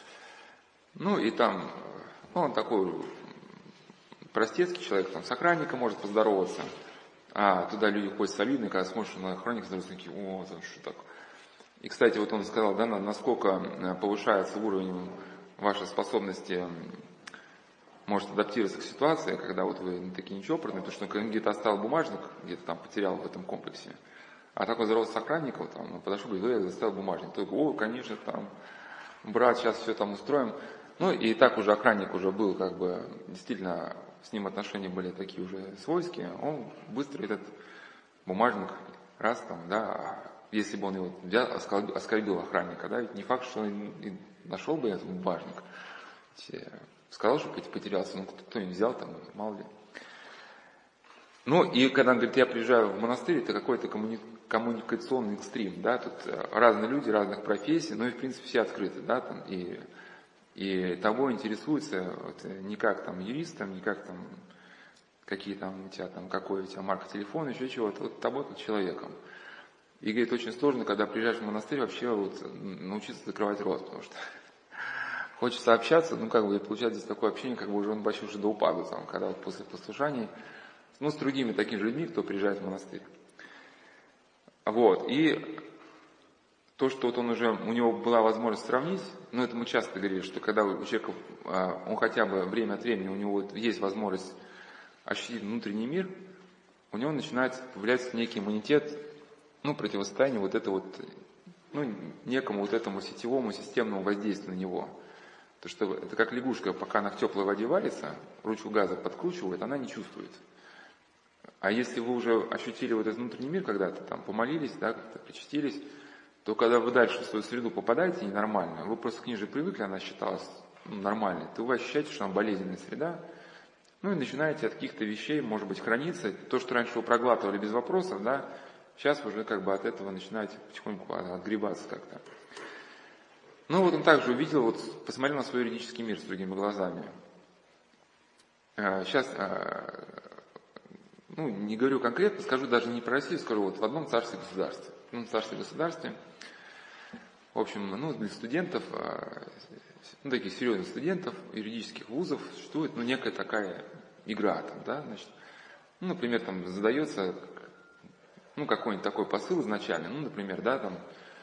Ну и там, ну, он такой простецкий человек, там с охранником может поздороваться, а туда люди ходят солидные, когда смотришь на охранника, сразу такие, о, там что такое. И, кстати, вот он сказал, да, насколько повышается уровень вашей способности, может адаптироваться к ситуации, когда вот вы такие нечопорные, потому что он где-то оставил бумажник, где-то там потерял в этом комплексе. А такой здоровый с охранником, там, подошел, говорит, я заставил бумажник. Только, о, конечно, там, брат, сейчас все там устроим. Ну, и так уже охранник уже был, как бы, действительно, с ним отношения были такие уже свойские. Он быстро этот бумажник, раз там, да, если бы он его взял, оскорбил охранника, да, ведь не факт, что он и нашел бы этот бумажник. Сказал, что потерялся, ну, кто не взял, там, мало ли. Ну, и когда он говорит, я приезжаю в монастырь, это какой-то коммуни... коммуникационный экстрим, да, тут разные люди, разных профессий, ну и, в принципе, все открыты, да, там, и, и тобой интересуется вот, не как там юристом, не как там, какие там у тебя там, какой у тебя марка телефона, еще чего-то, вот тобой как человеком. И, говорит, очень сложно, когда приезжаешь в монастырь, вообще вот научиться закрывать рот, потому что хочется общаться, ну, как бы, и получать здесь такое общение, как бы уже он почти уже до упаду, там, когда вот после послушаний, ну, с другими такими же людьми, кто приезжает в монастырь. Вот, и то, что вот он уже, у него была возможность сравнить, ну, это мы часто говорили, что когда у человека, он хотя бы время от времени, у него есть возможность ощутить внутренний мир, у него начинает появляться некий иммунитет, ну, противостояние вот это вот, ну, некому вот этому сетевому, системному воздействию на него. То, что это как лягушка, пока она в теплой воде варится, ручку газа подкручивает, она не чувствует. А если вы уже ощутили вот этот внутренний мир, когда-то там помолились, да, как-то причастились, то когда вы дальше в свою среду попадаете ненормально, вы просто к ней же привыкли, она считалась ну, нормальной, то вы ощущаете, что она болезненная среда, ну и начинаете от каких-то вещей, может быть, храниться. То, что раньше вы проглатывали без вопросов, да, сейчас уже как бы от этого начинаете потихоньку отгребаться как-то. Ну вот он также увидел, вот посмотрел на свой юридический мир с другими глазами. Сейчас, ну не говорю конкретно, скажу даже не про Россию, скажу вот в одном царстве государстве. В одном царстве государстве, в общем, ну для студентов, ну таких серьезных студентов, юридических вузов существует ну некая такая игра там, да, значит, ну например там задается ну какой-нибудь такой посыл изначально, ну например, да, там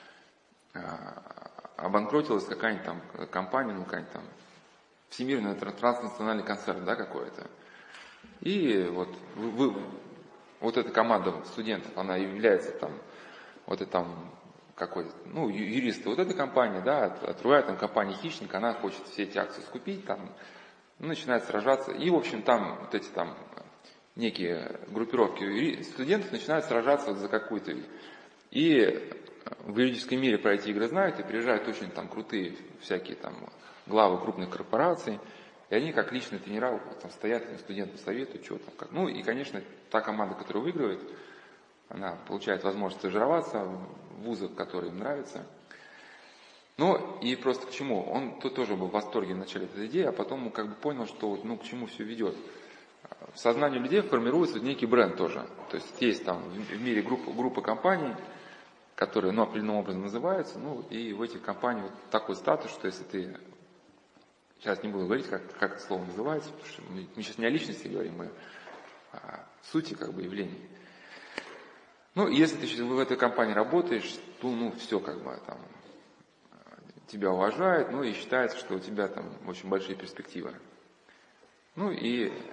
обанкротилась какая-нибудь там компания, ну какая-нибудь там всемирный транснациональный концерн, да, какой-то. И вот вы, вот эта команда студентов, она является там, вот это там какой-то, ну, юристы, вот эта компания, да, а другая там компания хищник, она хочет все эти акции скупить, там, ну, начинает сражаться. И, в общем, там вот эти там некие группировки студентов начинают сражаться за какую-то. И в юридическом мире про эти игры знают, и приезжают очень там крутые всякие там главы крупных корпораций, и они как личные тренера там стоят, студентам советуют, что там как. Ну и, конечно, та команда, которая выигрывает, она получает возможность стажироваться в вузах, которые им нравятся. Ну и просто к чему? Он тут тоже был в восторге в начале этой идеи, а потом он как бы понял, что ну к чему все ведет. В сознании людей формируется некий бренд тоже. То есть есть там в мире группа, группа компаний, которые ну, определенным образом называются, ну и в этих компаниях вот такой статус, что если ты, сейчас не буду говорить, как, как это слово называется, потому что мы, мы сейчас не о личности говорим, мы о сути как бы явлений. Ну, если ты в этой компании работаешь, то ну все как бы там тебя уважают, ну и считается, что у тебя там очень большие перспективы. Ну и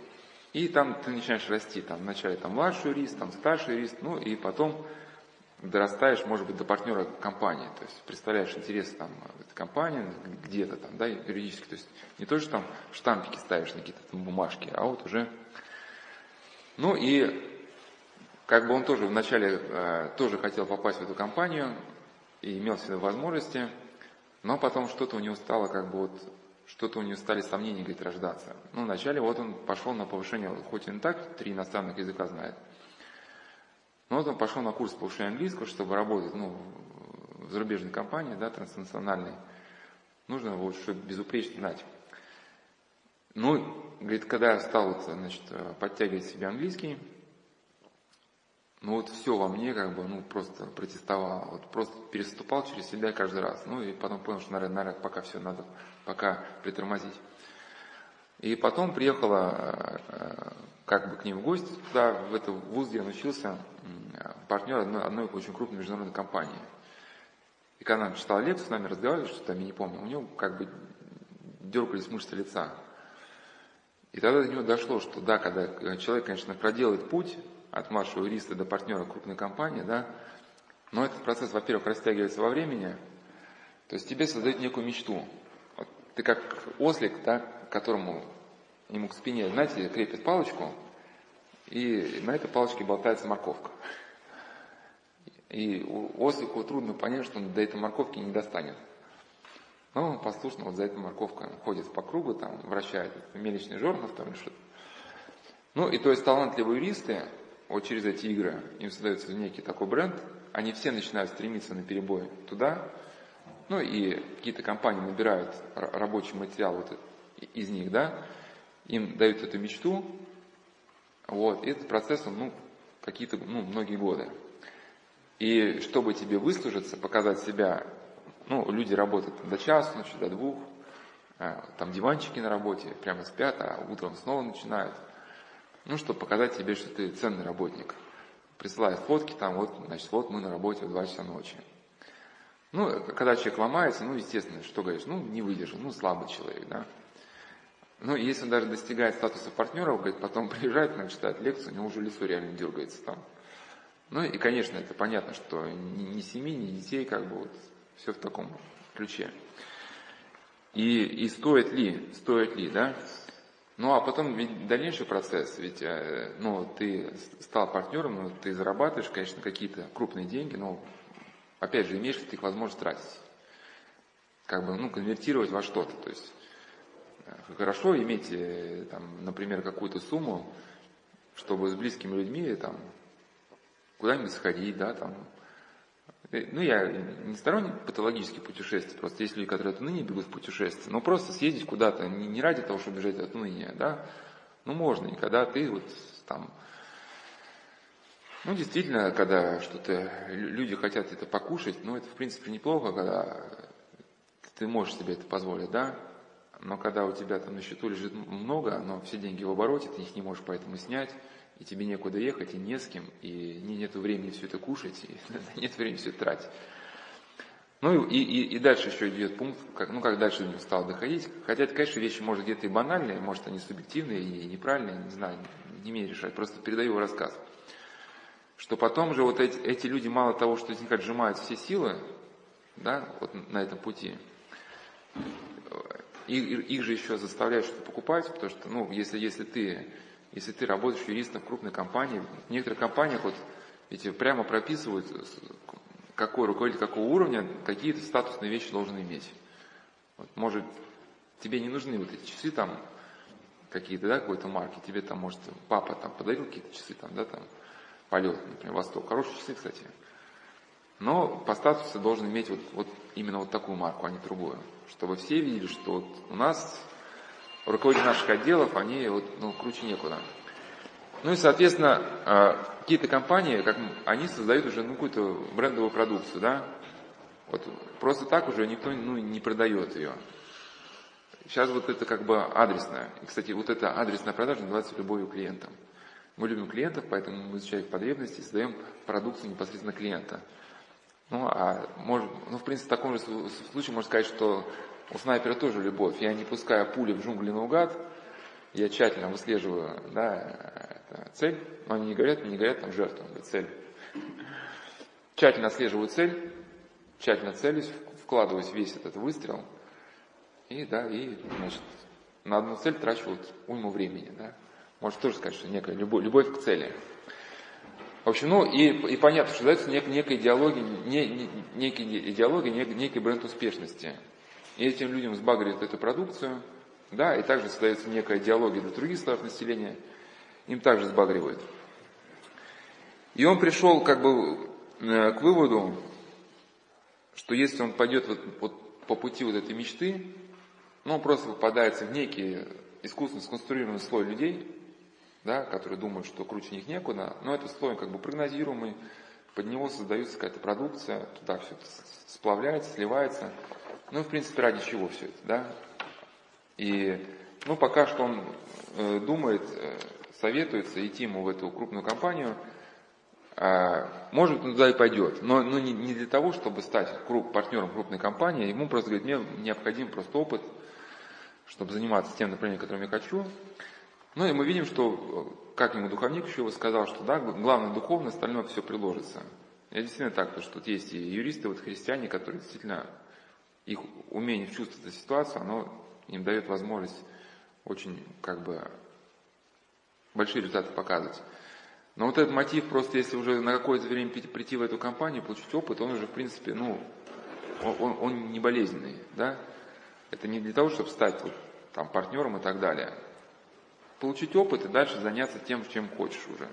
И там ты начинаешь расти, там вначале там младший юрист, там старший юрист, ну и потом дорастаешь, может быть, до партнера компании, то есть представляешь интересы там этой компании где-то там, да, юридически, то есть не то, что там штампики ставишь на какие-то там бумажки, а вот уже, ну и как бы он тоже вначале э, тоже хотел попасть в эту компанию и имел все возможности, но потом что-то у него стало как бы вот, что-то у него стали сомнения, говорит, рождаться. Ну, вначале вот он пошел на повышение, хоть и не так, три иностранных языка знает, но вот он пошел на курс повышения английского, чтобы работать, ну, в зарубежной компании, да, транснациональной. Нужно вот, чтобы безупречно знать. Ну, говорит, когда я стал, вот, значит, подтягивать себе английский, ну вот все во мне как бы, ну, просто протестовало, вот просто переступал через себя каждый раз. Ну и потом понял, что, наверное, наверное пока все надо, пока притормозить. И потом приехала как бы к ним в гости туда, в этот вуз, где он учился, партнер одной, одной очень крупной международной компании. И когда он читал лекцию, с нами разговаривали, что там, я не помню, у него как бы дергались мышцы лица. И тогда до него дошло, что да, когда человек, конечно, проделает путь от младшего юриста до партнера крупной компании, да, но этот процесс, во-первых, растягивается во времени, то есть тебе создают некую мечту. Вот ты как ослик, да, которому ему к спине, знаете, крепят палочку, и на этой палочке болтается морковка. И ослику трудно понять, что он до этой морковки не достанет. Но он послушно вот за этой морковкой ходит по кругу, там, вращает мельничный жернов там или что-то. Ну и то есть талантливые юристы, вот через эти игры, им создается некий такой бренд, они все начинают стремиться на перебой туда, ну и какие-то компании набирают рабочий материал вот из них, да, им дают эту мечту, вот, и этот процесс, он, ну, какие-то, ну, многие годы. И чтобы тебе выслужиться, показать себя, ну, люди работают до часу, ночи до двух, там диванчики на работе, прямо спят, а утром снова начинают. Ну, чтобы показать себе, что ты ценный работник. Присылают фотки, там, вот, значит, вот мы на работе в два часа ночи. Ну, когда человек ломается, ну, естественно, что говоришь, ну, не выдержал, ну, слабый человек, да. Ну, если он даже достигает статуса партнера, говорит, потом приезжает, он читает лекцию, у него уже лицо реально дергается там. Ну, и, конечно, это понятно, что ни, ни семьи, ни детей, как бы, вот, все в таком ключе. И, и стоит ли, стоит ли, да? Ну, а потом ведь дальнейший процесс, ведь, ну, ты стал партнером, ну, ты зарабатываешь, конечно, какие-то крупные деньги, но, опять же, имеешь ли ты их возможность тратить? Как бы, ну, конвертировать во что-то, то есть, хорошо иметь, там, например, какую-то сумму, чтобы с близкими людьми, там, куда-нибудь сходить, да, там. Ну, я не сторонник патологических путешествий, просто есть люди, которые от уныния бегут в путешествия, но просто съездить куда-то, не, не ради того, чтобы бежать от уныния, да, ну, можно, и когда ты вот там, ну, действительно, когда что-то, люди хотят это покушать, ну, это, в принципе, неплохо, когда ты можешь себе это позволить, да, но когда у тебя там на счету лежит много, но все деньги в обороте, ты их не можешь поэтому снять, и тебе некуда ехать, и не с кем, и нет времени все это кушать, и нет времени все это тратить. Ну и, и, и дальше еще идет пункт, как, ну как дальше до него стало доходить. Хотя это, конечно, вещи, может, где-то и банальные, может, они субъективные и неправильные, не знаю, не имею решать, просто передаю его рассказ. Что потом же вот эти, эти люди мало того, что из них отжимают все силы, да, вот на этом пути, их, их же еще заставляют что-то покупать, потому что, ну, если, если ты... Если ты работаешь юристом в крупной компании, в некоторых компаниях вот эти прямо прописывают, какой руководитель какого уровня, какие-то статусные вещи должен иметь. Вот, может, тебе не нужны вот эти часы там, какие-то, да, какой-то марки, тебе там, может, папа там подарил какие-то часы, там, да, там, полет, например, Восток. Хорошие часы, кстати. Но по статусу должен иметь вот, вот именно вот такую марку, а не другую. Чтобы все видели, что вот у нас... руководители наших отделов, они вот, ну, круче некуда. Ну и, соответственно, какие-то компании, как, они создают уже ну, какую-то брендовую продукцию, да. Вот просто так уже никто ну, не продает ее. Сейчас вот это как бы адресная. И, кстати, вот эта адресная продажа называется любовью клиентам. Мы любим клиентов, поэтому мы изучаем их потребности и создаем продукцию непосредственно клиента. Ну, а может, ну, в принципе, в таком же случае можно сказать, что у снайпера тоже любовь. Я не пускаю пули в джунгли наугад, я тщательно выслеживаю, да, цель, но они не говорят, не говорят там жертву, говорят цель. Тщательно отслеживаю цель, тщательно целюсь, вкладываюсь весь этот выстрел, и, да, и, значит, на одну цель трачу вот уйму времени, да. Можно тоже сказать, что некая любовь, любовь к цели. В общем, ну и, и понятно, что дается нек, некая идеология, не, не, некая идеология, нек, некий бренд успешности. И этим людям сбагривают эту продукцию, да, и также создается некая идеология для других слоев населения, им также сбагривают. И он пришел как бы к выводу, что если он пойдет вот, вот по пути вот этой мечты, ну, он просто попадается в некий искусственно сконструированный слой людей, да, которые думают, что круче них некуда, но этот слой как бы прогнозируемый, под него создается какая-то продукция, туда все это сплавляется, сливается, ну, в принципе, ради чего все это, да. И, ну, пока что он э, думает, э, советуется идти ему в эту крупную компанию, э, может, он туда и пойдет, но, но не, не для того, чтобы стать круп, партнером крупной компании, ему просто говорит, мне необходим просто опыт, чтобы заниматься тем направлением, которым я хочу. Ну и мы видим, что, как ему духовник еще его сказал, что да, главное духовно, остальное все приложится. И действительно так, потому что тут есть и юристы, вот христиане, которые действительно, их умение чувствовать эту ситуацию, оно им дает возможность очень, как бы, большие результаты показывать. Но вот этот мотив, просто если уже на какое-то время прийти в эту компанию, получить опыт, он уже, в принципе, ну, он, он не болезненный, да. Это не для того, чтобы стать вот, там, партнером и так далее. Получить опыт и дальше заняться тем, чем хочешь уже.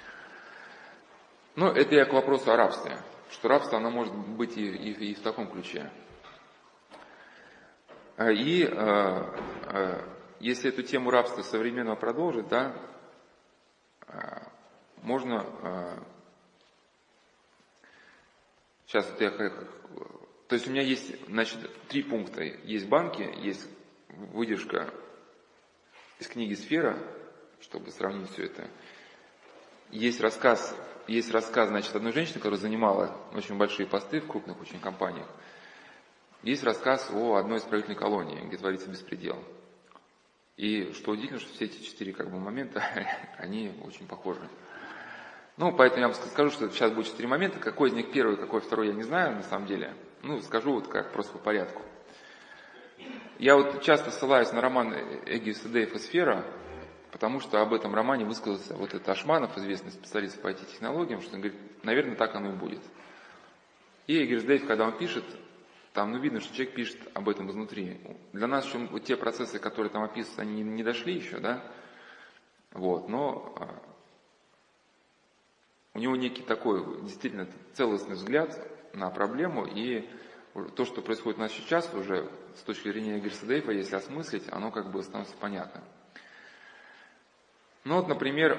Но это я к вопросу о рабстве, что рабство, оно может быть и, и, и в таком ключе. И э, э, если эту тему рабства современного продолжить, да, э, можно... Э, сейчас вот я... То есть у меня есть, значит, три пункта. Есть банки, есть выдержка из книги «Сфера», чтобы сравнить все это. Есть рассказ, есть рассказ, значит, одной женщины, которая занимала очень большие посты в крупных очень компаниях. Есть рассказ о одной исправительной колонии, где творится беспредел. И что удивительно, что все эти четыре как бы момента, они очень похожи. Ну, поэтому я вам скажу, что сейчас будет четыре момента. Какой из них первый, какой второй, я не знаю, на самом деле. Ну, скажу вот как, просто по порядку. Я вот часто ссылаюсь на роман Эггиуса Дейфа «Сфера», потому что об этом романе высказался вот этот Ашманов, известный специалист по ай ти-технологиям, что он говорит, наверное, так оно и будет. И Эггиус Дейф, когда он пишет, там, ну, видно, что человек пишет об этом изнутри. Для нас еще вот те процессы, которые там описываются, они не, не дошли еще, да, вот, но а, у него некий такой, действительно, целостный взгляд на проблему, и то, что происходит у нас сейчас, уже с точки зрения Эггиуса Дейфа, если осмыслить, оно как бы становится понятно. Ну вот, например,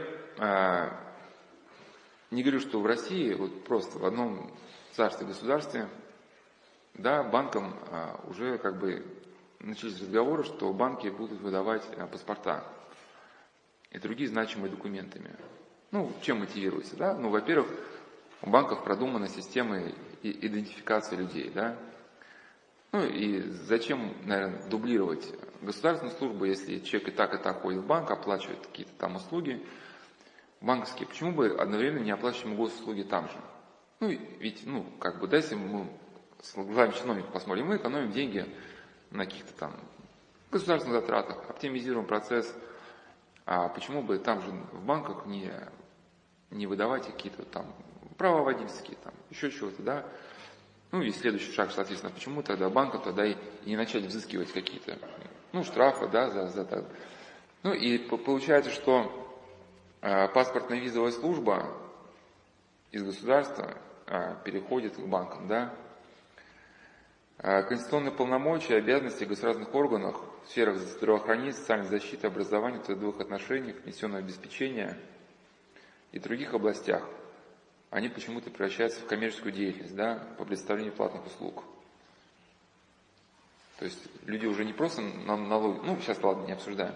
не говорю, что в России, вот просто в одном царстве-государстве, да, банкам уже как бы начались разговоры, что банки будут выдавать паспорта и другие значимые документами. Ну, чем мотивируется, да? Ну, во-первых, у банков продумана система идентификации людей, да. Ну и зачем, наверное, дублировать государственную службу, если человек и так, и так ходит в банк, оплачивает какие-то там услуги банковские. Почему бы одновременно не оплачивать ему госуслуги там же? Ну, ведь, ну, как бы, да, если мы с глазами чиновника посмотрим, мы экономим деньги на каких-то там государственных затратах, оптимизируем процесс. А почему бы там же в банках не, не выдавать какие-то там права водительские, там, еще чего-то, да? Ну и следующий шаг, соответственно, почему тогда банку тогда и, и не начать взыскивать какие-то, ну, штрафы, да, за, за так. Ну и получается, что э, паспортная визовая служба из государства э, переходит к банкам, да. Э, конституционные полномочия, обязанности государственных органов в сферах здравоохранения, социальной защиты, образования, трудовых отношений, пенсионного обеспечения и других областях, они почему-то превращаются в коммерческую деятельность, да, по предоставлению платных услуг. То есть люди уже не просто на налоги, ну, сейчас, ладно, не обсуждаем.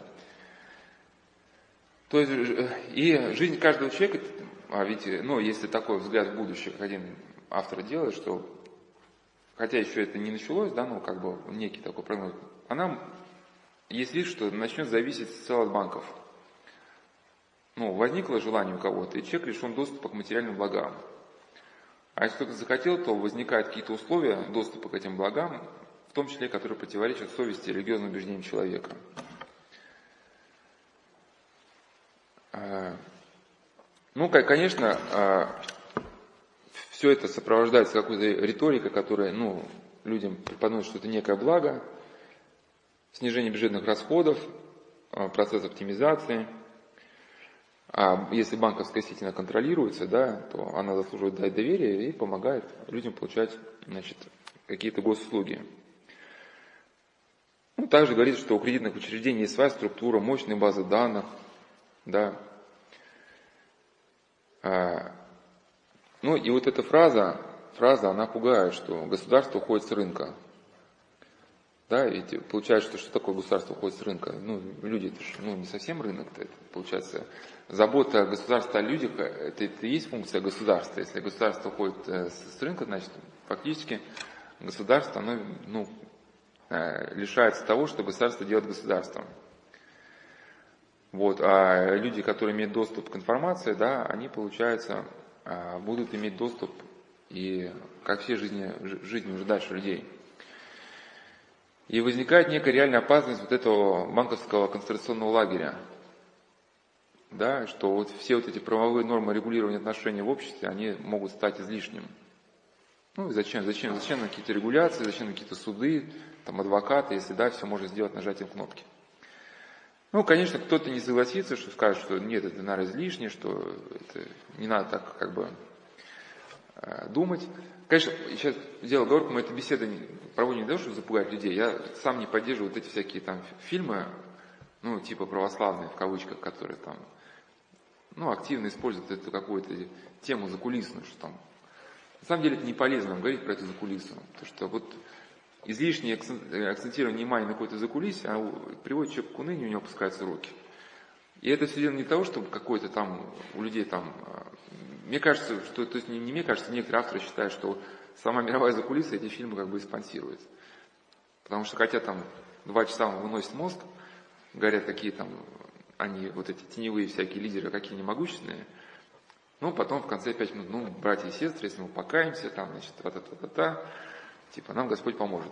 То есть и жизнь каждого человека, а ведь, ну, если такой взгляд в будущее, как один автор делает, что, хотя еще это не началось, да, ну, как бы некий такой прогноз, она есть риск, что начнет зависеть всецело от банков. Ну, возникло желание у кого-то, и человек лишен доступа к материальным благам. А если кто-то захотел, то возникают какие-то условия доступа к этим благам, в том числе, которые противоречат совести и религиозным убеждениям человека. Ну, конечно, все это сопровождается какой-то риторикой, которая, ну, людям преподносит, что это некое благо, снижение бюджетных расходов, процесс оптимизации. А если банковская сеть контролируется, да, то она заслуживает дать доверие и помогает людям получать, значит, какие-то госуслуги. Ну, также говорится, что у кредитных учреждений есть своя структура, мощные базы данных, да. А, ну и вот эта фраза, фраза, она пугает, что государство уходит с рынка. Да, ведь получается, что, что такое государство уходит с рынка? Ну, люди, это ж, ну, не совсем рынок-то, это получается. Забота государства о людях, это, это и есть функция государства. Если государство уходит с рынка, значит, фактически государство, оно, ну, лишается того, что государство делает государством. Вот, а люди, которые имеют доступ к информации, да, они, получается, будут иметь доступ и ко всей жизни, жизни уже дальше людей. И возникает некая реальная опасность вот этого банковского концентрационного лагеря. Да, что вот все вот эти правовые нормы регулирования отношений в обществе, они могут стать излишним. Ну и зачем? Зачем? Зачем какие-то регуляции, зачем какие-то суды, там, адвокаты, если да, все можно сделать нажатием кнопки. Ну, конечно, кто-то не согласится, что скажет, что нет, это, наверное, излишне, что это не надо так как бы думать. Конечно, сейчас дело оговорку, мы эту беседу проводим не для того, чтобы запугать людей. Я сам не поддерживаю вот эти всякие там фильмы, ну, типа православные, в кавычках, которые там, ну, активно используют эту какую-то тему закулисную, что там. На самом деле это не полезно нам говорить про эту закулису, потому что вот излишнее акцентирование внимания на какой-то закулисе, а приводит человека к унынию, у него опускаются руки. И это все дело не того, чтобы какой-то там у людей там... Мне кажется, что, то есть не, не мне кажется, некоторые авторы считают, что сама мировая закулиса эти фильмы как бы и спонсирует. Потому что хотя там два часа он выносит мозг, говорят, какие там они, вот эти теневые всякие лидеры, какие они могущественные, ну, потом в конце пять минут, ну, братья и сестры, если мы покаемся, там, значит, та-та-та-та-та, типа, нам Господь поможет.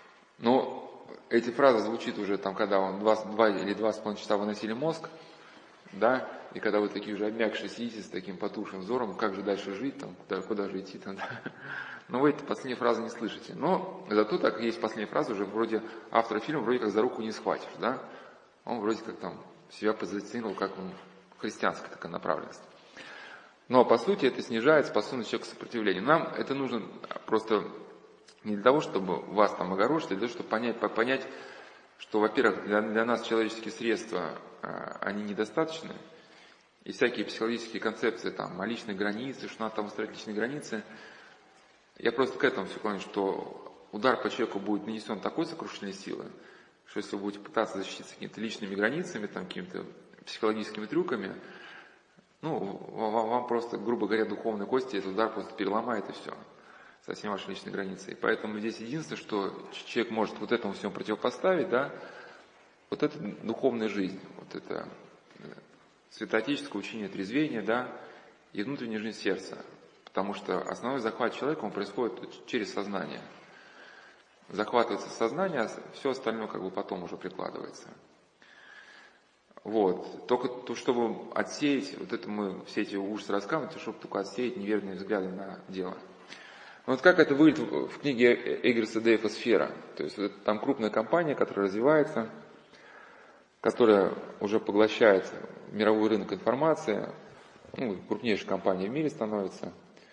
Но эти фразы звучат уже там, когда он два, два или два с половиной часа выносили мозг, да, и когда вы такие уже обмякшие сидите с таким потухшим взором, как же дальше жить, там, куда, куда же идти, там, да. Но вы эти последние фразы не слышите. Но зато так есть последняя фраза, уже вроде автора фильма, вроде как за руку не схватишь, да. Он вроде как там себя позиционировал, как он христианская такая направленность. Но по сути это снижает способность человека к сопротивлению. Нам это нужно просто не для того, чтобы вас там огорошить, а для того, чтобы понять, понять что, во-первых, для, для нас человеческие средства, они недостаточны, и всякие психологические концепции там, о личной границе, что надо там устроить личные границы, я просто к этому все клоню, что удар по человеку будет нанесен такой сокрушительной силы, что если вы будете пытаться защититься какими-то личными границами, там, какими-то психологическими трюками, ну, вам, вам просто, грубо говоря, духовные кости этот удар просто переломает и все, со всеми вашими личными границами. Поэтому здесь единственное, что человек может вот этому всему противопоставить, да, вот это духовная жизнь, вот это святоотеческое учение трезвения, да, и внутренняя жизнь сердца. Потому что основной захват человека, он происходит через сознание. Захватывается сознание, а все остальное как бы потом уже прикладывается. Вот. Только то, чтобы отсеять, вот это мы все эти ужасы рассказываем, это чтобы только отсеять неверные взгляды на дело. Но вот как это выглядит в книге Эггерса Дейфа «Сфера». То есть вот там крупная компания, которая развивается, которая уже поглощает мировой рынок информации, ну, крупнейшая компания в мире становится.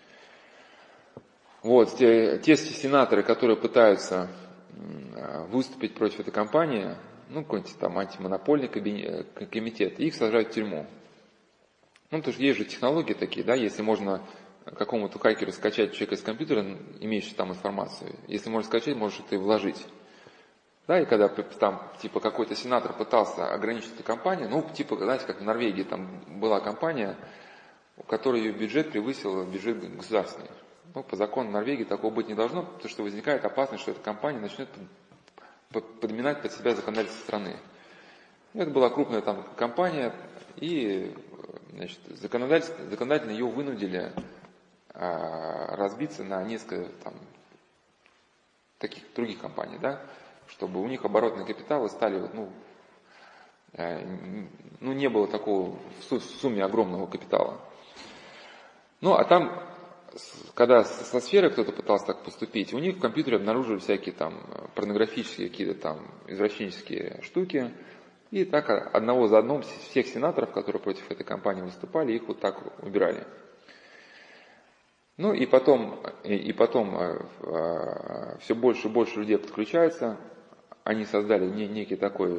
Вот, те, те сенаторы, которые пытаются выступить против этой компании, ну, какой-нибудь там антимонопольный комитет, их сажают в тюрьму. Ну, потому что есть же технологии такие, да, если можно какому-то хакеру скачать человека из компьютера, имеющий там информацию, если можно скачать, можешь это и вложить. Да, и когда там, типа, какой-то сенатор пытался ограничить эту компанию, ну, типа, знаете, как в Норвегии там была компания, у которой ее бюджет превысил бюджет государственный. Ну, по закону Норвегии такого быть не должно, потому что возникает опасность, что эта компания начнет подминать под себя законодательство страны. Это была крупная там компания, и значит, законодательно, законодательно ее вынудили а, разбиться на несколько там, таких других компаний, да, чтобы у них оборотные капиталы стали, ну, э, ну не было такого в сумме огромного капитала. Ну, а там, когда со сферы кто-то пытался так поступить, у них в компьютере обнаружили всякие там порнографические какие-то там извращенческие штуки. И так одного за одном всех сенаторов, которые против этой компании выступали, их вот так убирали. Ну и потом, и, и потом э, э, все больше и больше людей подключаются. Они создали не, некий такой,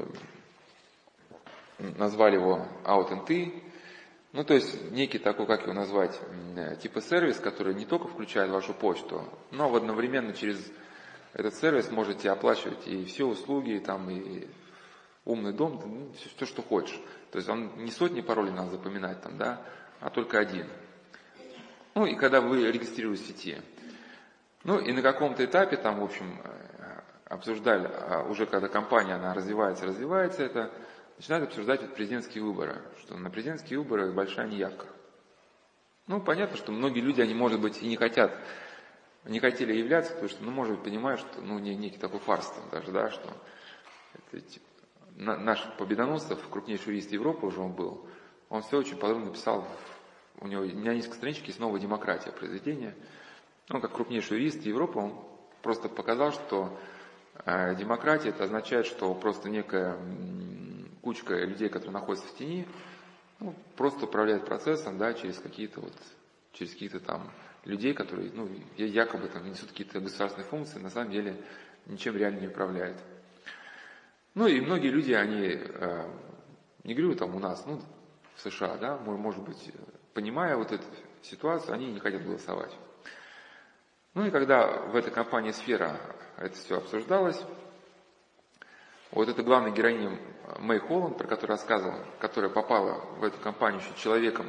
назвали его аут-эн-ти. Ну то есть некий такой, как его назвать, типа сервис, который не только включает вашу почту, но одновременно через этот сервис можете оплачивать и все услуги, там, и умный дом, ну, все, все, что хочешь. То есть он не сотни паролей надо запоминать, там, да, а только один. Ну и когда вы регистрируетесь в сети. Ну и на каком-то этапе, там, в общем, обсуждали, уже когда компания, она развивается, развивается, это начинают обсуждать вот президентские выборы, что на президентские выборы большая неявка. Ну, понятно, что многие люди, они, может быть, и не хотят, не хотели являться, потому что, ну, может быть, понимают, что, ну, некий такой фарс там даже, да, что это, типа, наш Победоносцев, крупнейший юрист Европы уже он был, он все очень подробно написал, у него на несколько страничек есть «Новая демократия» произведение. Он как крупнейший юрист Европы, он просто показал, что э, демократия это означает, что просто некая м, кучка людей, которые находятся в тени, ну, просто управляет процессом, да, через какие-то вот, через какие-то там людей, которые, ну, якобы там несут какие-то государственные функции, на самом деле ничем реально не управляют. Ну и многие люди, они, э, не говорю там у нас, ну в США, да, может быть, понимая вот эту ситуацию, они не хотят голосовать. Ну и когда в этой компании «Сфера» это все обсуждалось, вот эта главная героиня Мэй Холланд, про которую рассказывал, которая попала в эту компанию еще человеком,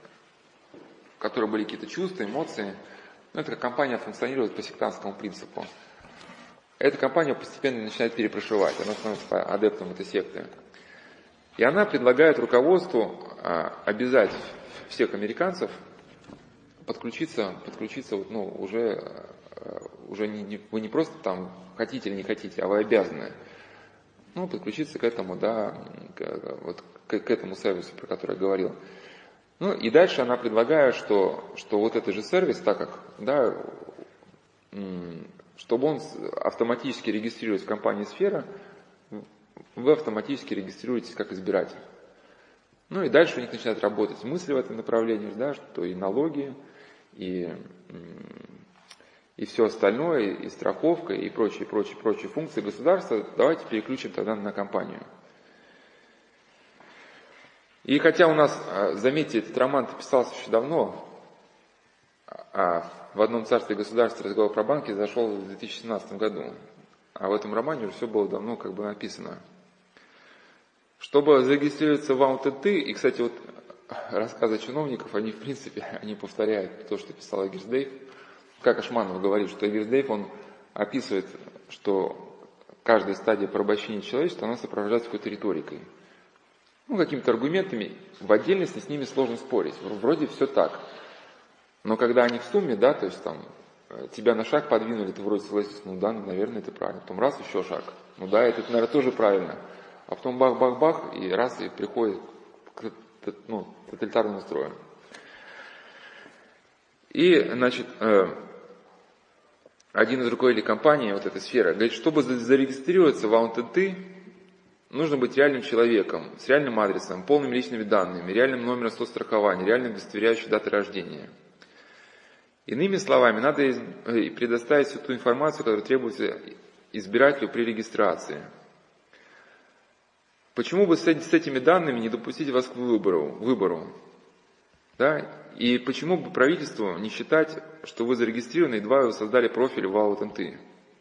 у которого были какие-то чувства, эмоции, ну эта компания функционирует по сектантскому принципу. Эта компания постепенно начинает перепрошивать, она становится адептом этой секты. И она предлагает руководству обязать всех американцев подключиться, подключиться ну, уже, уже не, не, вы не просто там хотите или не хотите, а вы обязаны ну, подключиться к этому, да, к, вот, к, к этому сервису, про который я говорил. Ну и дальше она предлагает, что, что вот этот же сервис, так как, да, чтобы он автоматически регистрируется в компании «Сфера», вы автоматически регистрируетесь как избиратель. Ну и дальше у них начинают работать мысли в этом направлении, да, что и налоги, и, и все остальное, и страховка, и прочие, прочие, прочие функции государства. Давайте переключим тогда на компанию. И хотя у нас, заметьте, этот роман писался еще давно, а в одном царстве и государстве разговор про банки зашел в две тысячи семнадцатом году. А в этом романе уже все было давно как бы написано. Чтобы зарегистрироваться в аут-эн-ти, и, кстати, вот рассказы чиновников, они в принципе, они повторяют то, что писал Эггерс Дейв. Как Ашманов говорит, что Эггерс Дейв, он описывает, что каждая стадия порабощения человечества, она сопровождается какой-то риторикой. Ну, какими-то аргументами. В отдельности с ними сложно спорить. Вроде все так. Но когда они в сумме, да, то есть там тебя на шаг подвинули, ты вроде согласился, ну да, наверное, это правильно. Потом раз, еще шаг. Ну да, это, наверное, тоже правильно. А потом бах-бах-бах, и раз, и приходит к ну, тоталитарному строю. И, значит, один из руководителей компании, вот этой сферы, говорит, чтобы зарегистрироваться в аут-эн-ти, нужно быть реальным человеком, с реальным адресом, полными личными данными, реальным номером соцстрахования, реально удостоверяющей даты рождения. Иными словами, надо предоставить всю ту информацию, которая требуется избирателю при регистрации. Почему бы с этими данными не допустить вас к выбору? выбору? Да? И почему бы правительству не считать, что вы зарегистрированы, едва вы создали профиль в аут-эн-ти?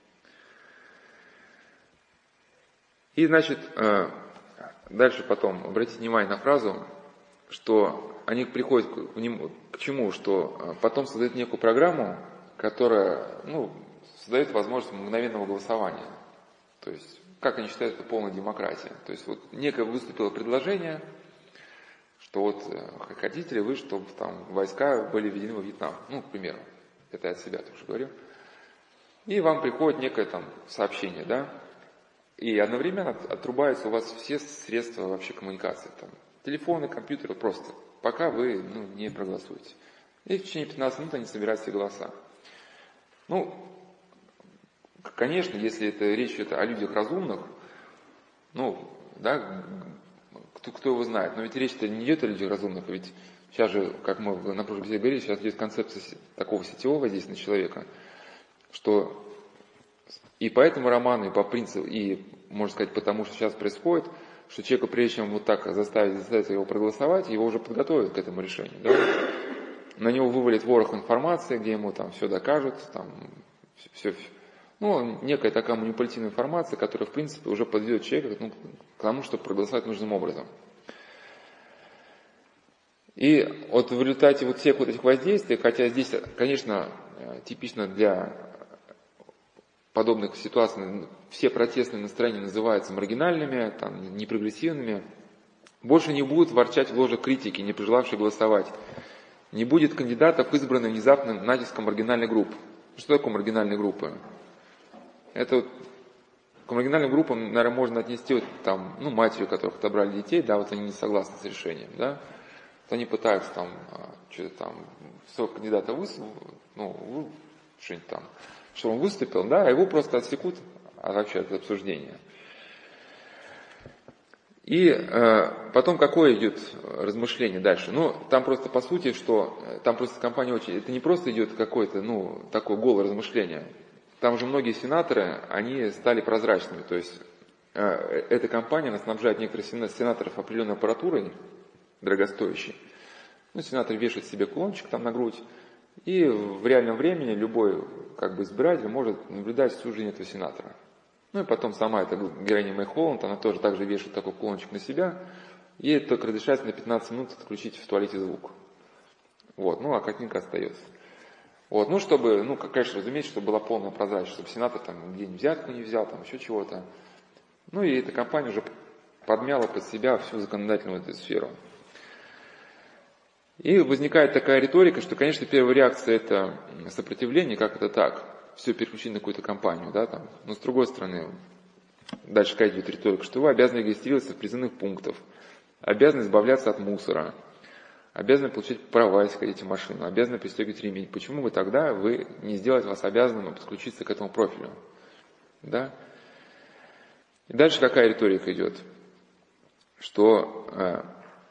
И, значит, дальше потом обратите внимание на фразу, что они приходят к, нему, к чему, что потом создают некую программу, которая ну, создает возможность мгновенного голосования. То есть как они считают, это полная демократия. То есть вот некое выступило предложение, что вот хотите ли вы, чтобы там войска были введены во Вьетнам, ну, к примеру, это я от себя тоже говорю, и вам приходит некое там сообщение, да, и одновременно отрубаются у вас все средства вообще коммуникации, там, телефоны, компьютеры, просто, пока вы ну, не проголосуете. И в течение пятнадцати минут они собирают все голоса. Ну, конечно, если это речь идет о людях разумных, ну, да, кто, кто его знает, но ведь речь-то не идет о людях разумных, ведь сейчас же, как мы на прошлой беседе говорили, сейчас идет концепция такого сетевого воздействия на человека, что и по этому роману, и по принципу, и, можно сказать, потому что сейчас происходит, что человека, прежде чем вот так заставить, заставить его проголосовать, его уже подготовят к этому решению. Да? На него вывалит ворох информации, где ему там все докажут, там все, ну, некая такая манипулятивная информация, которая, в принципе, уже подведет человека ну, к тому, чтобы проголосовать нужным образом. И вот в результате вот всех вот этих воздействий, хотя здесь, конечно, типично для подобных ситуаций, все протестные настроения называются маргинальными, там, непрогрессивными, больше не будут ворчать в ложе критики, не пожелавшие голосовать. Не будет кандидатов, избранных внезапным натиском маргинальной группы. Что такое маргинальные группы? Это вот, к маргинальным группам, наверное, можно отнести вот, там, ну, матери, у которых отобрали детей, да, вот они не согласны с решением, да. Вот они пытаются там, что-то там, сорок кандидатов выс... ну, что-нибудь там, что он выступил, да, а его просто отсекут а вообще от обсуждения. И э, потом какое идет размышление дальше? Ну, там просто по сути, что там просто компания очень, это не просто идет какое-то, ну, такое голое размышление. Там же многие сенаторы, они стали прозрачными, то есть э, эта компания, она снабжает некоторых сенаторов определенной аппаратурой, дорогостоящей. Ну, сенатор вешает себе кулончик там на грудь, и в реальном времени любой как бы избиратель может наблюдать всю жизнь этого сенатора. Ну и потом сама эта героиня Мэй Холланд, она тоже также вешает такой кулончик на себя, ей только разрешается на пятнадцать минут отключить в туалете звук. Вот, ну а картинка остается. Вот, ну чтобы, ну, конечно, разумеется, чтобы была полная прозрачность, чтобы сенатор там где-нибудь взятку не взял, там еще чего-то. Ну и эта компания уже подмяла под себя всю законодательную эту сферу. И возникает такая риторика, что, конечно, первая реакция это сопротивление, как это так, все переключить на какую-то компанию, да, там. Но с другой стороны, дальше какая идет риторика, что вы обязаны регистрироваться в призывных пунктах, обязаны избавляться от мусора, обязаны получать права, если хотите машину, обязаны пристегивать ремень. Почему вы тогда, вы не сделаете вас обязанным подключиться к этому профилю? Да? И дальше какая риторика идет? Что, э,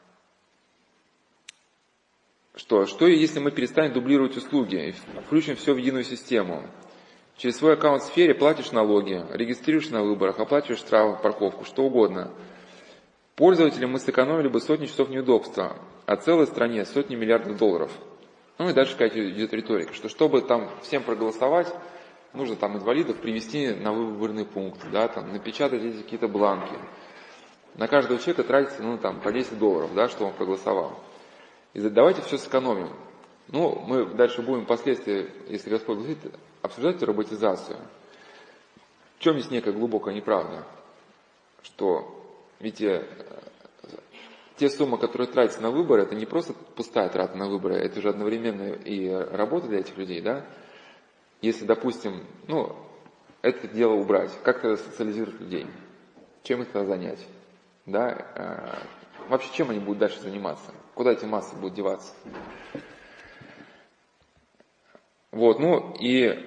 что, что если мы перестанем дублировать услуги и включим все в единую систему? Через свой аккаунт в сфере платишь налоги, регистрируешь на выборах, оплачиваешь штрафы, парковку, что угодно. Пользователям мы сэкономили бы сотни часов неудобства, а целой стране сотни миллиардов долларов. Ну и дальше какая идет риторика, что чтобы там всем проголосовать, нужно там инвалидов привести на выборный пункт, да, там, напечатать эти какие-то бланки. На каждого человека тратится ну, там, по десять долларов, да, чтобы он проголосовал. И давайте все сэкономим. Ну, мы дальше будем впоследствии, если Господь говорит, обсуждать роботизацию. В чем здесь некая глубокая неправда? Что ведь э, те суммы, которые тратятся на выборы, это не просто пустая трата на выборы, это же одновременно и работа для этих людей, да? Если, допустим, ну, это дело убрать, как тогда социализировать людей? Чем их тогда занять? Да? Э, вообще, чем они будут дальше заниматься? Куда эти массы будут деваться? Вот, ну и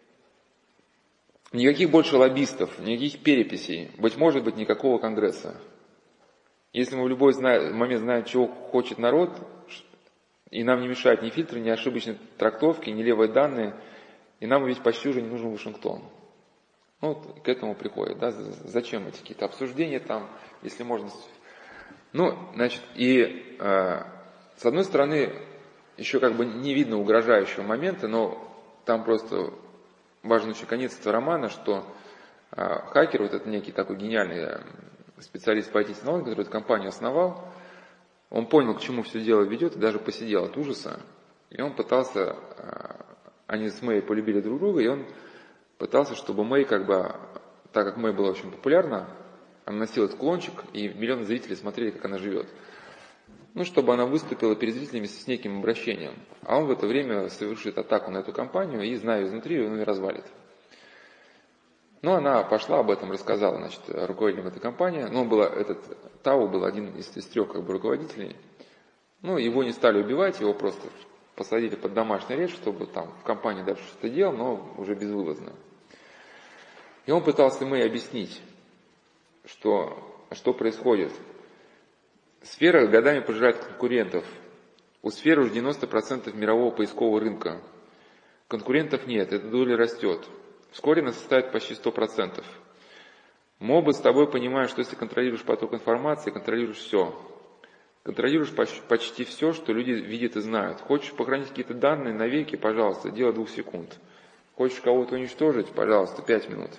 никаких больше лоббистов, никаких переписей, быть может быть, никакого конгресса. Если мы в любой момент знаем, чего хочет народ, и нам не мешают ни фильтры, ни ошибочные трактовки, ни левые данные, и нам ведь почти уже не нужен Вашингтон. Ну, вот к этому приходит, да, зачем эти какие-то обсуждения там, если можно... Ну, значит, и э, с одной стороны, еще как бы не видно угрожающего момента, но там просто важен еще конец этого романа, что э, хакер, вот этот некий такой гениальный специалист по ай ти-технологиям, который эту компанию основал, он понял, к чему все дело ведет, и даже посидел от ужаса, и он пытался, э, они с Мэй полюбили друг друга, и он пытался, чтобы Мэй как бы так как Мэй была очень популярна, она носила этот кулончик, и миллионы зрителей смотрели, как она живет. Ну, чтобы она выступила перед зрителями с неким обращением. А он в это время совершит атаку на эту компанию и, зная изнутри, он ее развалит. Но она пошла, об этом рассказала, значит, руководителям этой компании. Но он был, этот Тау был один из, из трех как бы, руководителей. Ну, его не стали убивать, его просто посадили под домашний арест, чтобы там в компании дальше что-то делал, но уже безвылазно. И он пытался Мэй объяснить, что, что происходит. Сфера годами пожирает конкурентов. У сферы уже девяносто процентов мирового поискового рынка. Конкурентов нет, эта доля растет. Вскоре она составит почти сто процентов. Мы оба с тобой понимаем, что если контролируешь поток информации, контролируешь все. Контролируешь почти все, что люди видят и знают. Хочешь похоронить какие-то данные навеки, пожалуйста, дело двух секунд. Хочешь кого-то уничтожить, пожалуйста, пять минут.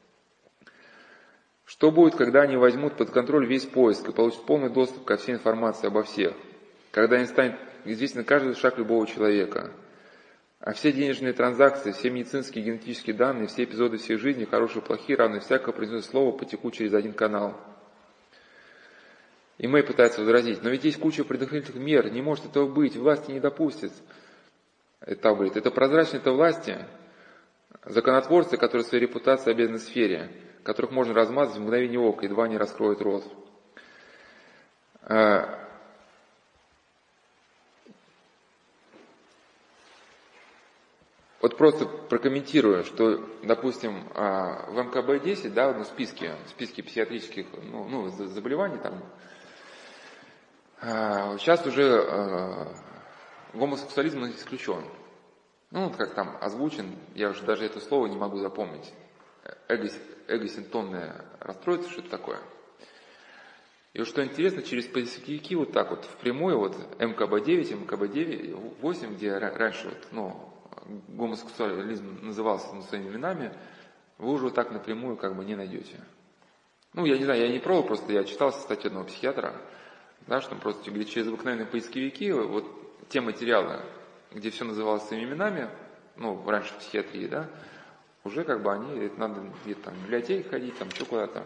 Что будет, когда они возьмут под контроль весь поиск и получат полный доступ ко всей информации обо всех? Когда им станет известен каждый шаг любого человека? А все денежные транзакции, все медицинские и генетические данные, все эпизоды всей жизни, хорошие и плохие, равно всякое произносит слово, потекут через один канал. И Мэй пытается возразить, но ведь есть куча предохранительных мер, не может этого быть, власти не допустят. Это говорит, это прозрачно, это власти, законотворцы, которые своей репутацией обязаны сфере, которых можно размазать в мгновение ока, едва не раскроют рот. Вот просто прокомментирую, что, допустим, в эм ка бэ десять, да, ну, списке, списке психиатрических ну, ну, заболеваний, там, сейчас уже гомосексуализм исключен. Ну, вот как там озвучен, я уже даже это слово не могу запомнить. Эгосинтонное расстройство, что это такое. И вот что интересно, через поисковики вот так вот впрямую, вот эм ка бэ девять, эм ка бэ девять, восемь, где раньше вот, ну, гомосексуализм назывался ну, своими именами, вы уже вот так напрямую как бы не найдете. Ну, я не знаю, я не пробовал, просто я читал статью одного психиатра, да, что он просто говорит, через обыкновенные поисковики, вот те материалы, где все называлось своими именами, ну, раньше в психиатрии, да, уже как бы они, это надо где-то там в библиотеке ходить, там еще куда-то.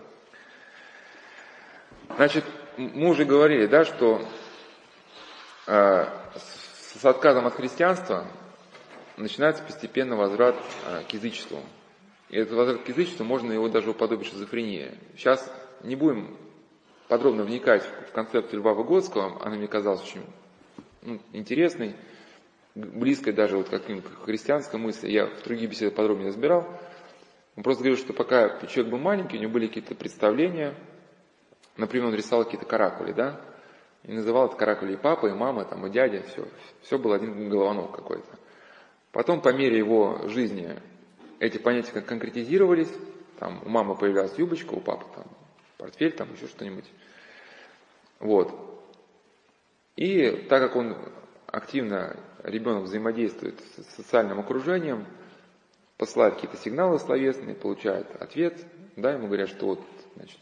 Значит, мы уже говорили, да, что э, с, с отказом от христианства начинается постепенно возврат э, к язычеству. И этот возврат к язычеству можно его даже уподобить шизофрении. Сейчас не будем подробно вникать в концепцию Льва Выгодского, она мне казалась очень ну, интересной, близкой даже вот каким-то христианской мысли. Я в другие беседы подробнее разбирал. Он просто говорил, что пока человек был маленький, у него были какие-то представления. Например, он рисовал какие-то каракули, да, и называл это каракули и папа, и мама, там, и дядя, все, все был один головонок какой-то. Потом, по мере его жизни, эти понятия конкретизировались, там, у мамы появлялась юбочка, у папы там портфель, там, еще что-нибудь. Вот. И так как он активно, ребенок взаимодействует с социальным окружением, посылает какие-то сигналы словесные, получает ответ, да, ему говорят, что вот, значит,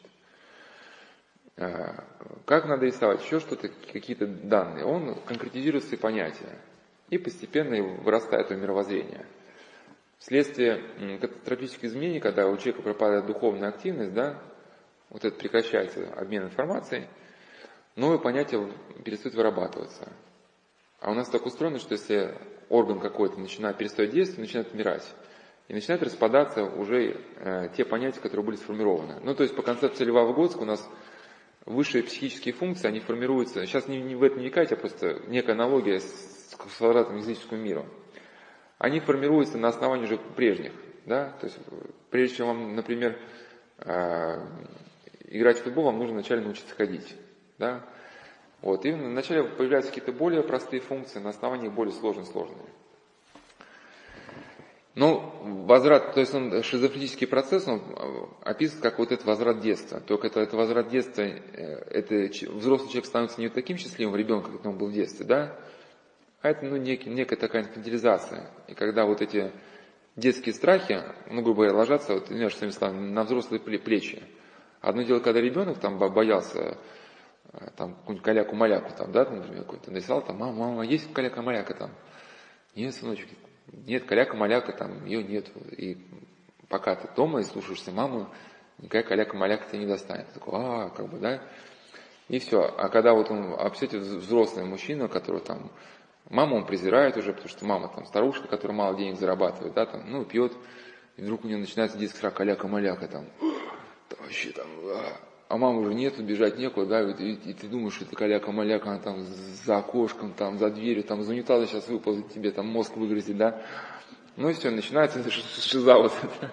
как надо рисовать, еще что-то, какие-то данные. Он конкретизирует свои понятия и постепенно вырастает в мировоззрение. Вследствие катастрофических изменений, когда у человека пропадает духовная активность, да, вот это прекращается обмен информацией, новые понятия перестают вырабатываться. А у нас так устроено, что если орган какой-то начинает перестать действовать, начинает умирать. И начинают распадаться уже э, те понятия, которые были сформированы. Ну, то есть по концепции Льва Выгодского у нас высшие психические функции, они формируются, сейчас не, не в это не вникайте, а просто некая аналогия с, с возвратом к языческому миру. Они формируются на основании уже прежних. Да? То есть прежде чем вам, например, э, играть в футбол, вам нужно вначале научиться ходить. Да? Вот. И вначале появляются какие-то более простые функции, на основании более сложные сложные. Ну, возврат, то есть он шизофренический процесс, он описывает как вот этот возврат детства. Только это, это возврат детства, это взрослый человек становится не таким счастливым ребенком, как он был в детстве, да? А это, ну, некий, некая такая инфантилизация. И когда вот эти детские страхи, ну, грубо говоря, ложатся, вот, не своими словами, на взрослые плечи. Одно дело, когда ребенок там боялся, там, какую-нибудь каляку-маляку, там, да, например, какой-то нарисовал, там, мама, мама, есть каляка-маляка там? Нет, сыночек, нет, каляка-маляка, там, ее нет. И пока ты дома и слушаешься маму, никакая каляка-маляка тебя не достанет. Ты такой, а, как бы, да. И все. А когда вот он, а представляете, взрослый мужчина, который там, маму он презирает уже, потому что мама там старушка, которая мало денег зарабатывает, да, там, ну, пьет, и вдруг у него начинается детский страх, каляка-маляка, там, там вообще там, а, а мамы уже нету, бежать некуда, да, и, и, и ты думаешь, что это каляка-маляка, она там за окошком, там, за дверью, там, за унитаза сейчас выползет тебе, там, мозг выгрызет, да. Ну и все, начинается шиза вот эта.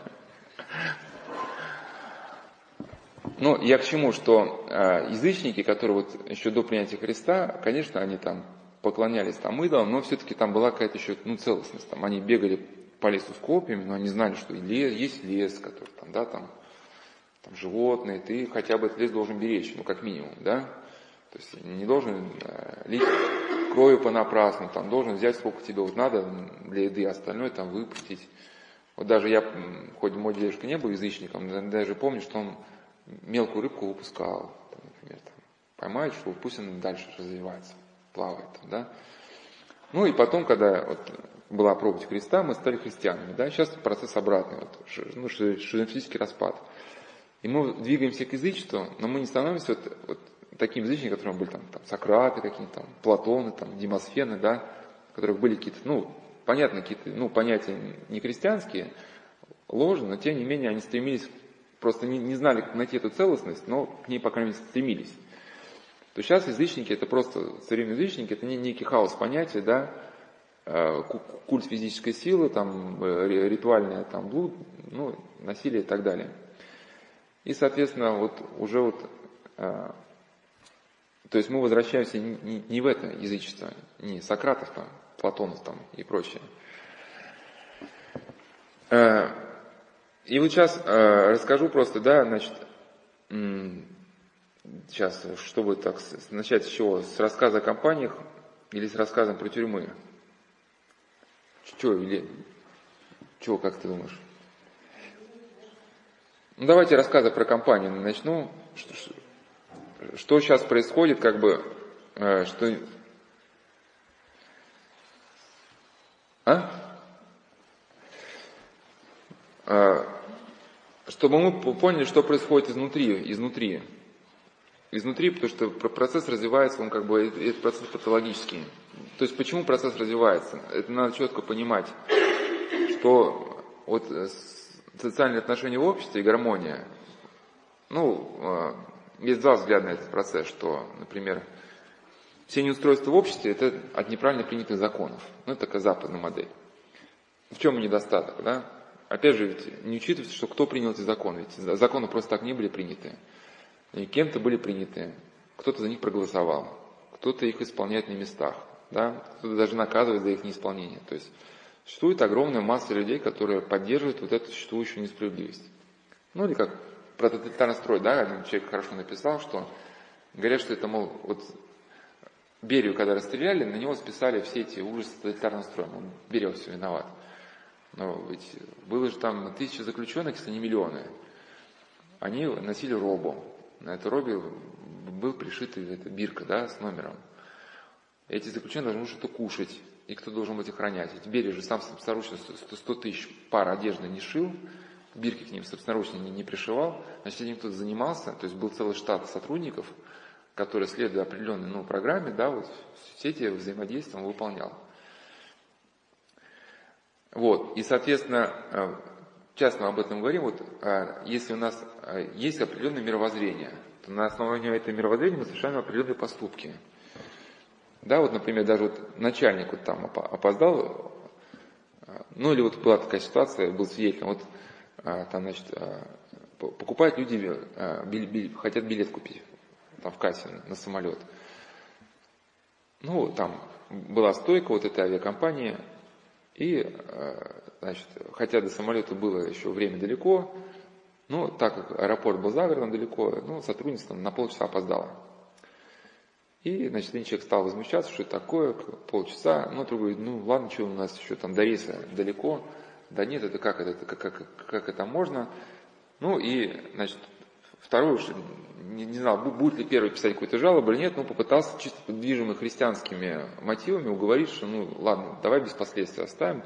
Ну, я к чему, что э, язычники, которые вот еще до принятия Христа, конечно, они там поклонялись там идолам, но все-таки там была какая-то еще, ну, целостность. Там они бегали по лесу с копьями, но они знали, что лес, есть лес, который там, да, там, там животные, ты хотя бы этот лес должен беречь, ну, как минимум, да. То есть не должен э, лить кровью понапрасну, там, должен взять сколько тебе вот надо для еды, остальное там выпустить. Вот даже я, хоть мой дедушка не был язычником, даже помню, что он мелкую рыбку выпускал, там, например, там, поймает, что пусть она дальше развивается, плавает, там, да. Ну и потом, когда вот была проповедь Христа, мы стали христианами, да, сейчас процесс обратный, вот, ну, шизофренический распад. И мы двигаемся к язычеству, но мы не становимся вот, вот такими язычниками, которые были там, там Сократы какие-то, там, Платоны, там, Демосфены, да, у которых были какие-то, ну, понятно, какие-то, ну, понятия не христианские, ложные, но тем не менее они стремились, просто не, не знали, как найти эту целостность, но к ней, по крайней мере, стремились. То сейчас язычники, это просто, современные язычники, это не некий хаос понятия, да, культ физической силы, там, ритуальное там, блуд, ну, насилие и так далее. И, соответственно, вот уже вот, то есть мы возвращаемся не, не, не в это язычество, не Сократов там, Платонов там и прочее. И вот сейчас расскажу просто, да, значит, сейчас, чтобы так начать с чего, с рассказа о компаниях или с рассказом про тюрьмы? Что, или, чего, как ты думаешь? Ну, давайте рассказы про компанию начну. Что, что, что сейчас происходит, как бы, э, что... А? а? Чтобы мы поняли, что происходит изнутри, изнутри. Изнутри, потому что процесс развивается, он как бы, это процесс патологический. То есть, почему процесс развивается? Это надо четко понимать, что вот социальные отношения в обществе и гармония, ну, есть два взгляда на этот процесс, что, например, все неустройства в обществе – это от неправильно принятых законов. Ну, это такая западная модель. В чем недостаток, да? Опять же, ведь не учитывается, что кто принял эти законы. Ведь законы просто так не были приняты. И кем-то были приняты, кто-то за них проголосовал, кто-то их исполняет на местах, да? Кто-то даже наказывает за их неисполнение. То есть существует огромная масса людей, которые поддерживают вот эту существующую несправедливость. Ну или как про тоталитарный строй, да, один человек хорошо написал, что говорят, что это, мол, вот Берию, когда расстреляли, на него списали все эти ужасы тоталитарного строя. Он Берия все виноват. Но ведь было же там тысячи заключенных, если не миллионы. Они носили робу. На этой робе был пришит эта бирка, да, с номером. Эти заключенные должны что-то кушать, и кто должен быть охранять. Ведь Берия же сам собственноручно сто тысяч пар одежды не шил, бирки к ним собственноручно не, не пришивал, значит, этим кто-то занимался, то есть был целый штат сотрудников, который, следуя определенной, ну, программе, да, вот все эти взаимодействия он выполнял. Вот, и, соответственно, часто мы об этом говорим, вот, если у нас есть определенное мировоззрение, то на основании этого мировоззрения мы совершаем определенные поступки. Да, вот, например, даже вот начальник вот там опоздал, ну, или вот была такая ситуация, был свидетелем, вот, там, значит, покупают люди, билет, билет, хотят билет купить, там, в кассе на самолет. Ну, там была стойка вот этой авиакомпании, и, значит, хотя до самолета было еще время далеко, но так как аэропорт был за городом далеко, ну, сотрудница на полчаса опоздала. И, значит, один человек стал возмущаться, что это такое, полчаса, ну, другой говорит, ну, ладно, что у нас еще там до рейса далеко, да нет, это как это, как, как, как это можно, ну, и, значит, второй уж не, не знал, будет ли первый писать какую-то жалобу или нет, но попытался чисто движимый христианскими мотивами уговорить, что, ну, ладно, давай без последствий оставим.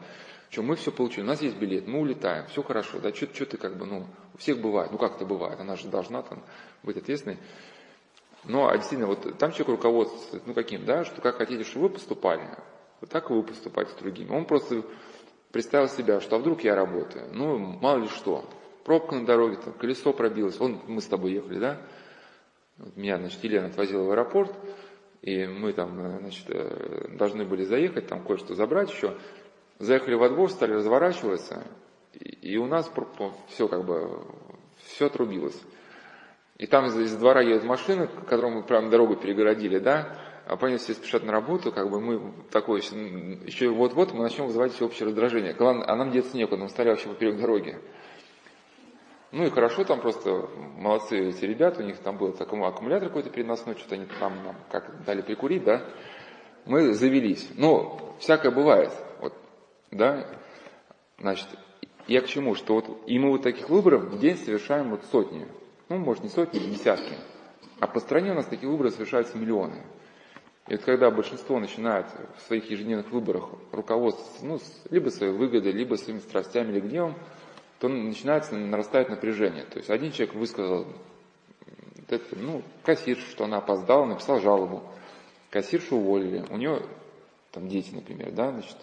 Что, мы все получили, у нас есть билет, мы улетаем, все хорошо, да, что ты как бы, ну, у всех бывает, ну как это бывает, она же должна там быть ответственной. Но а действительно, вот там человек руководствуется, ну каким, да, что как хотите, чтобы вы поступали, вот так и вы поступаете с другими. Он просто представил себя, что а вдруг я работаю, ну мало ли что, пробка на дороге, там, колесо пробилось, вон мы с тобой ехали, да, вот меня, значит, Елена отвозила в аэропорт, и мы там, значит, должны были заехать, там кое-что забрать еще, заехали во двор, стали разворачиваться, и, и у нас все как бы, все отрубилось. И там из, из двора едет машина, которую мы прямо дорогу перегородили, да, а понятно, все спешат на работу, как бы мы такое, еще вот-вот мы начнем вызывать всеобщее раздражение. Главное, а нам деться некуда, мы стали вообще поперек дороги. Ну и хорошо, там просто молодцы эти ребята, у них там был такой аккумулятор какой-то переносной, что-то они там нам как дали прикурить, да. Мы завелись. Ну, всякое бывает, вот, да. Значит, я к чему, что вот и мы вот таких выборов в день совершаем вот сотни. Ну, может, не сотни, а десятки. А по стране у нас такие выборы совершаются миллионы. И вот когда большинство начинает в своих ежедневных выборах руководствоваться, ну, либо своей выгодой, либо своими страстями или гневом, то начинается нарастает напряжение. То есть один человек высказал, это, ну, кассиршу, что она опоздала, написал жалобу. Кассиршу уволили. У нее там дети, например, да, значит,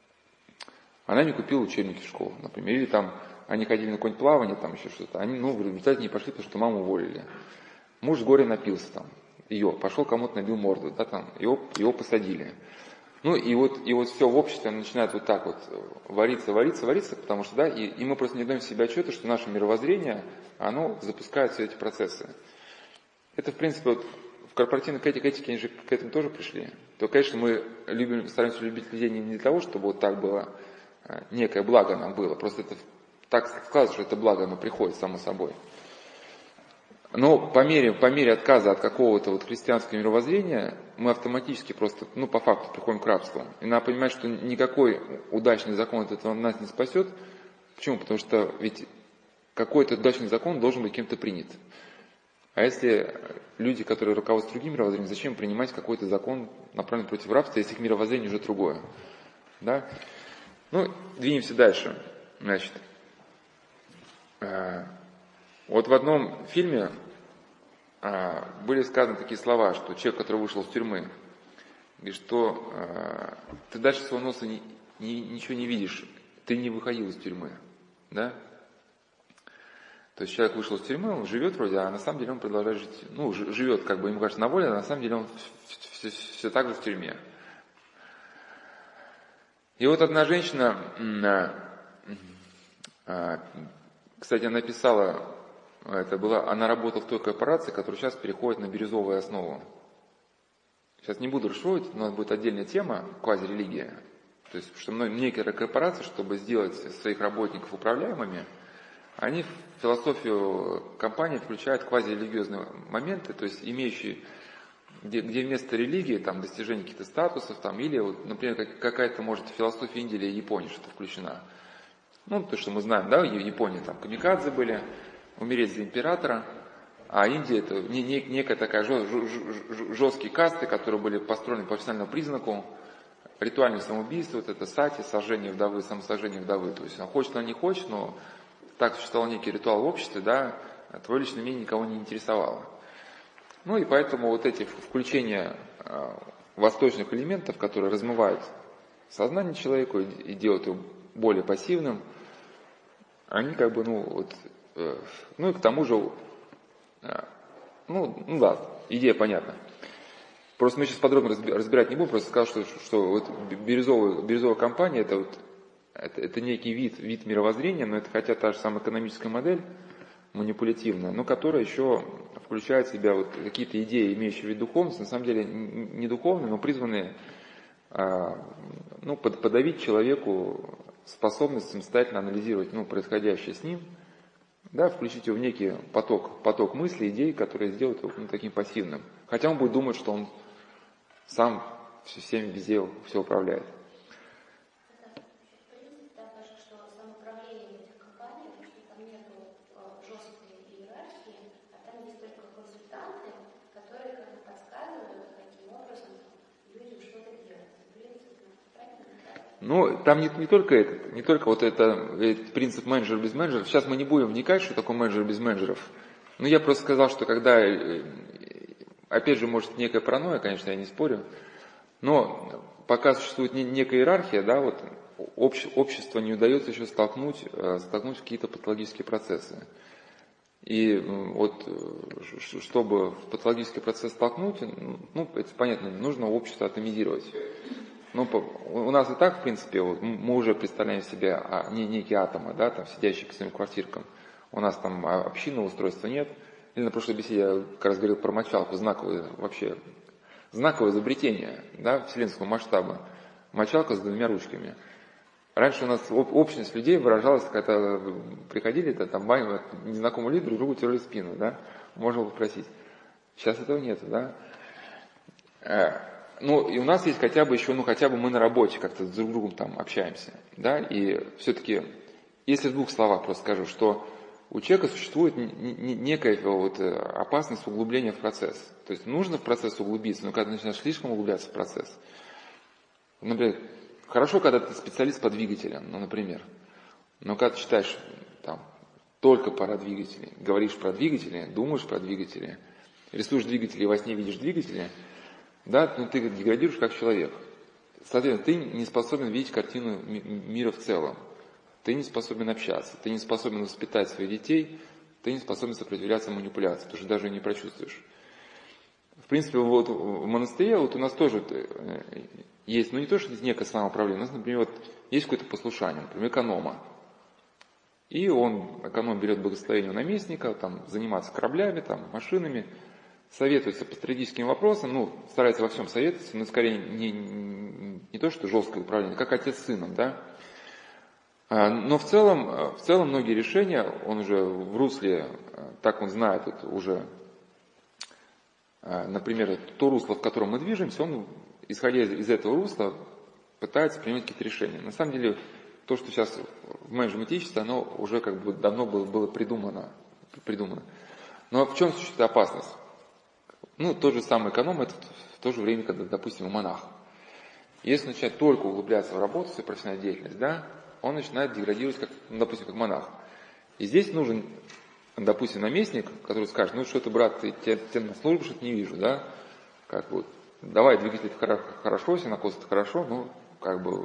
она не купила учебники в школу, например, или там они ходили на какое-нибудь плавание, там еще что-то, они, ну, в результате не пошли, потому что маму уволили. Муж с горя напился там, ее, пошел кому-то набил морду, да, там, его, его посадили. Ну, и вот, и вот все в обществе начинает вот так вот вариться, вариться, вариться, потому что, да, и, и мы просто не даем себе отчета, что наше мировоззрение, оно запускает все эти процессы. Это, в принципе, вот в корпоративной этике они же к этому тоже пришли. То, конечно, мы любим, стараемся любить людей не для того, чтобы вот так было, некое благо нам было, просто это так складывается, что это благо оно приходит само собой. Но по мере, по мере отказа от какого-то вот христианского мировоззрения мы автоматически просто, ну, по факту приходим к рабству. И надо понимать, что никакой удачный закон от этого нас не спасет. Почему? Потому что ведь какой-то удачный закон должен быть кем-то принят. А если люди, которые руководствуют другим мировоззрением, зачем принимать какой-то закон, направленный против рабства, если их мировоззрение уже другое? Да? Ну, двинемся дальше. Значит, вот в одном фильме были сказаны такие слова, что человек, который вышел из тюрьмы, говорит, что ты дальше своего носа не, не, ничего не видишь, ты не выходил из тюрьмы. Да? То есть человек вышел из тюрьмы, он живет вроде, а на самом деле он продолжает жить, ну, живет, как бы ему кажется, на воле, а на самом деле он все, все, все так же в тюрьме. И вот одна женщина, кстати, она писала, это была, она работала в той корпорации, которая сейчас переходит на бирюзовую основу. Сейчас не буду расшифровывать, но это будет отдельная тема, квазирелигия. То есть, что некоторые корпорации, чтобы сделать своих работников управляемыми, они в философию компании включают квазирелигиозные моменты, то есть имеющие, где, где вместо религии, там, достижение каких-то статусов, там, или, вот, например, как, какая-то, может, философия Индии или Японии что-то включена. Ну, то, что мы знаем, да, в Японии там камикадзе были, умереть за императора, а Индия это не, не, некая такая жесткие касты, которые были построены по профессиональному признаку, ритуальное самоубийство, вот это сати, сожжение вдовы, самосожжение вдовы. То есть, хочет она не хочет, но так существовал некий ритуал в обществе, да, твое личное мнение никого не интересовало. Ну и поэтому вот эти включения э, восточных элементов, которые размывают сознание человека и, и делают его более пассивным, они как бы, ну, вот, э, ну и к тому же, э, ну, ну да, идея понятна. Просто мы сейчас подробно разбирать не будем, просто скажу, что, что вот бирюзовая, бирюзовая компания это вот Это, это некий вид, вид мировоззрения, но это хотя та же самая экономическая модель, манипулятивная, но которая еще включает в себя вот какие-то идеи, имеющие вид духовность, на самом деле не духовные, но призванные а, ну, под, подавить человеку способность самостоятельно анализировать ну, происходящее с ним, да, включить его в некий поток, поток мыслей, идей, которые сделают его ну, таким пассивным. Хотя он будет думать, что он сам всем везде все управляет. Ну, там не, не только это, не только вот это, этот принцип менеджер без менеджеров. Сейчас мы не будем вникать, что такое менеджер без менеджеров. Ну, я просто сказал, что когда, опять же, может, некая паранойя, конечно, я не спорю, но пока существует некая иерархия, да, вот обще, общество не удается еще столкнуть, столкнуть в какие-то патологические процессы. И вот, чтобы в патологический процесс столкнуть, ну, это понятно, нужно общество атомизировать. Ну, у нас и так, в принципе, вот, мы уже представляем себе а, не, некие атомы, да, там, сидящие по своим квартиркам. У нас там общинного устройства нет. Или на прошлой беседе я как раз говорил про мочалку, знаковое вообще, знаковое изобретение, да, вселенского масштаба. Мочалка с двумя ручками. Раньше у нас общность людей выражалась, когда приходили, то там незнакомые люди друг другу терли спину, да, можно попросить. Сейчас этого нету, да. Ну, и у нас есть хотя бы еще, ну, хотя бы мы на работе как-то с друг другом там общаемся, да, и все-таки, если в двух словах просто скажу, что у человека существует некая вот опасность углубления в процесс. То есть нужно в процесс углубиться, но когда ты начинаешь слишком углубляться в процесс, например, хорошо, когда ты специалист по двигателям, ну, например, но когда ты читаешь там только про двигатели, говоришь про двигатели, думаешь про двигатели, рисуешь двигатели и во сне видишь двигатели, да, ну, ты деградируешь как человек. Соответственно, ты не способен видеть картину мира в целом. Ты не способен общаться, ты не способен воспитать своих детей, ты не способен сопротивляться манипуляции, потому что даже не прочувствуешь. В принципе, вот в монастыре вот у нас тоже есть, ну не то, что есть некое самоуправление, у нас, например, вот есть какое-то послушание, например, эконома. И он, эконом, берет благословение у наместника, там, заниматься кораблями, там, машинами, советуется по стратегическим вопросам, ну, старается во всем советоваться, но скорее не, не, не то, что жесткое управление, как отец с сыном, да. Но в целом, в целом многие решения, он уже в русле, так он знает вот уже, например, то русло, в котором мы движемся, он, исходя из этого русла, пытается принимать какие-то решения. На самом деле, то, что сейчас в менеджменте ищется, оно уже как бы давно было, было придумано, придумано. Но в чем существует опасность? Ну, тот же самый эконом, это в то же время, когда, допустим, монах. Если начать только углубляться в работу, свою профессиональную деятельность, да, он начинает деградировать, как, ну, допустим, как монах. И здесь нужен, допустим, наместник, который скажет, ну что ты, брат, ты, ты, ты на службу что-то не вижу, да, как бы, давай, двигатель хорошо, сенокос это хорошо, ну, как бы,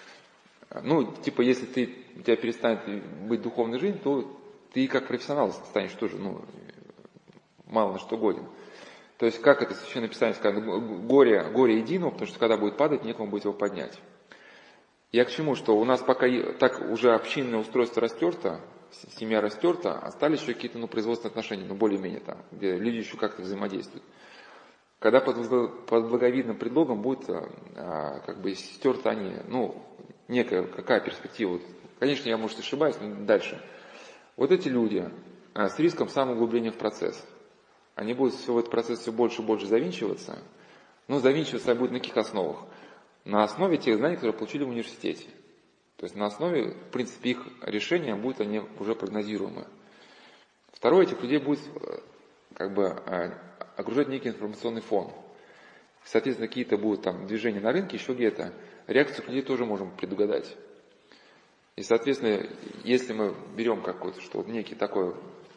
ну, типа, если ты, у тебя перестанет быть духовной жизнь, то ты как профессионал станешь тоже, ну, мало на что годен. То есть, как это Священное Писание сказано, горе, горе единого, потому что когда будет падать, некому будет его поднять. Я к чему, что у нас пока так уже общинное устройство растерто, семья растерта, остались еще какие-то, ну, производственные отношения, ну, более-менее там, где люди еще как-то взаимодействуют. Когда под, под благовидным предлогом будет, а, как бы, стерты они, ну, некая, какая перспектива. Конечно, я, может, ошибаюсь, но дальше. Вот эти люди а, с риском самоуглубления в процесс, они будут все в этот процесс все больше и больше завинчиваться. Ну, завинчиваться будет на каких основах? На основе тех знаний, которые получили в университете. То есть на основе, в принципе, их решения будут они уже прогнозируемы. Второе, этих людей будет как бы окружать некий информационный фон. Соответственно, какие-то будут там движения на рынке, еще где-то. Реакцию людей тоже можем предугадать. И, соответственно, если мы берем какой-то, что вот некий такой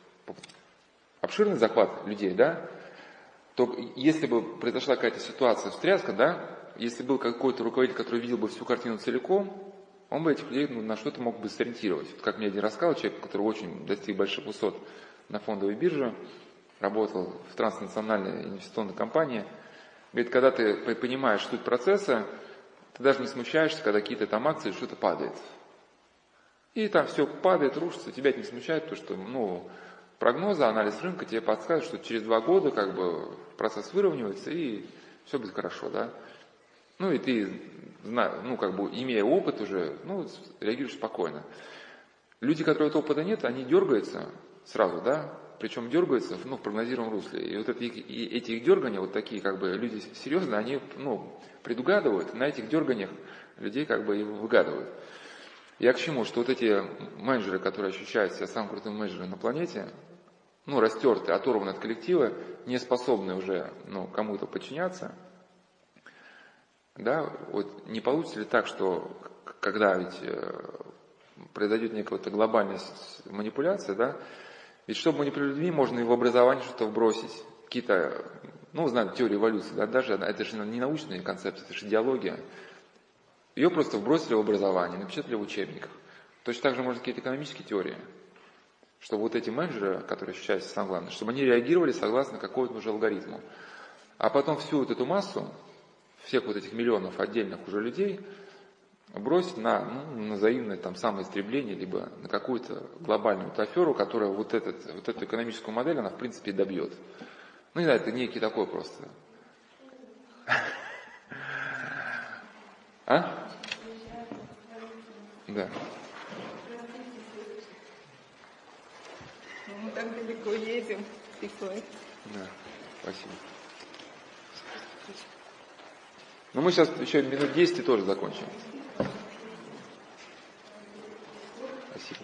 обширный захват людей, да, то если бы произошла какая-то ситуация, встряска, да, если был какой-то руководитель, который видел бы всю картину целиком, он бы этих людей, ну, на что-то мог бы сориентировать. Вот как мне один рассказал, человек, который очень достиг больших высот на фондовой бирже, работал в транснациональной инвестиционной компании, говорит, когда ты понимаешь суть процесса, ты даже не смущаешься, когда какие-то там акции, что-то падает. И там все падает, рушится, тебя это не смущает, потому что, ну, прогнозы, анализ рынка тебе подсказывает, что через два года как бы процесс выравнивается и все будет хорошо, да. Ну и ты, ну как бы имея опыт уже, ну реагируешь спокойно. Люди, которые этого опыта нет, они дергаются сразу, да, причем дергаются, ну, в прогнозируемом русле. И вот это, и эти их дергания, вот такие как бы люди серьезные, они, ну, предугадывают, на этих дерганиях людей как бы и выгадывают. Я к чему? Что вот эти менеджеры, которые ощущают себя самым крутым менеджером на планете, ну, растертые, оторванные от коллектива, не способны уже, ну, кому-то подчиняться, Да, вот не получится ли так, что когда ведь произойдет некая вот глобальная манипуляция, да, ведь чтобы манипулировать людьми, можно и в образование что-то вбросить, какие-то, ну, знаете, теории эволюции, да, даже это же не научные концепции, это же идеология. Ее просто вбросили в образование, напечатали в учебниках. Точно так же можно какие-то экономические теории, чтобы вот эти менеджеры, которые считаются самое главное, чтобы они реагировали согласно какому-то уже алгоритму. А потом всю вот эту массу, всех вот этих миллионов отдельных уже людей бросить на, ну, на взаимное там самоистребление, либо на какую-то глобальную вот аферу, которая вот, этот, вот эту экономическую модель, она в принципе и добьет. Ну, не знаю, это некий такой просто. А? Да. Мы так далеко едем, пикой. Да, спасибо. Ну, мы сейчас еще минут десять и тоже закончим. Спасибо.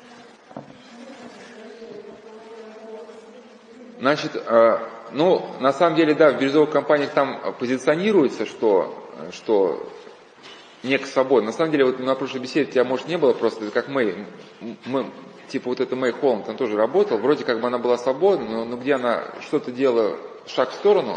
Значит, э, ну, на самом деле, да, в бирюзовых компаниях там позиционируется, что, что некая свобода. На самом деле, вот на прошлой беседе тебя, может, не было просто, это как Мэй, мы, типа вот эта Мэй Холланд, она тоже работала, вроде как бы она была свободна, но, но где она что-то делала, шаг в сторону,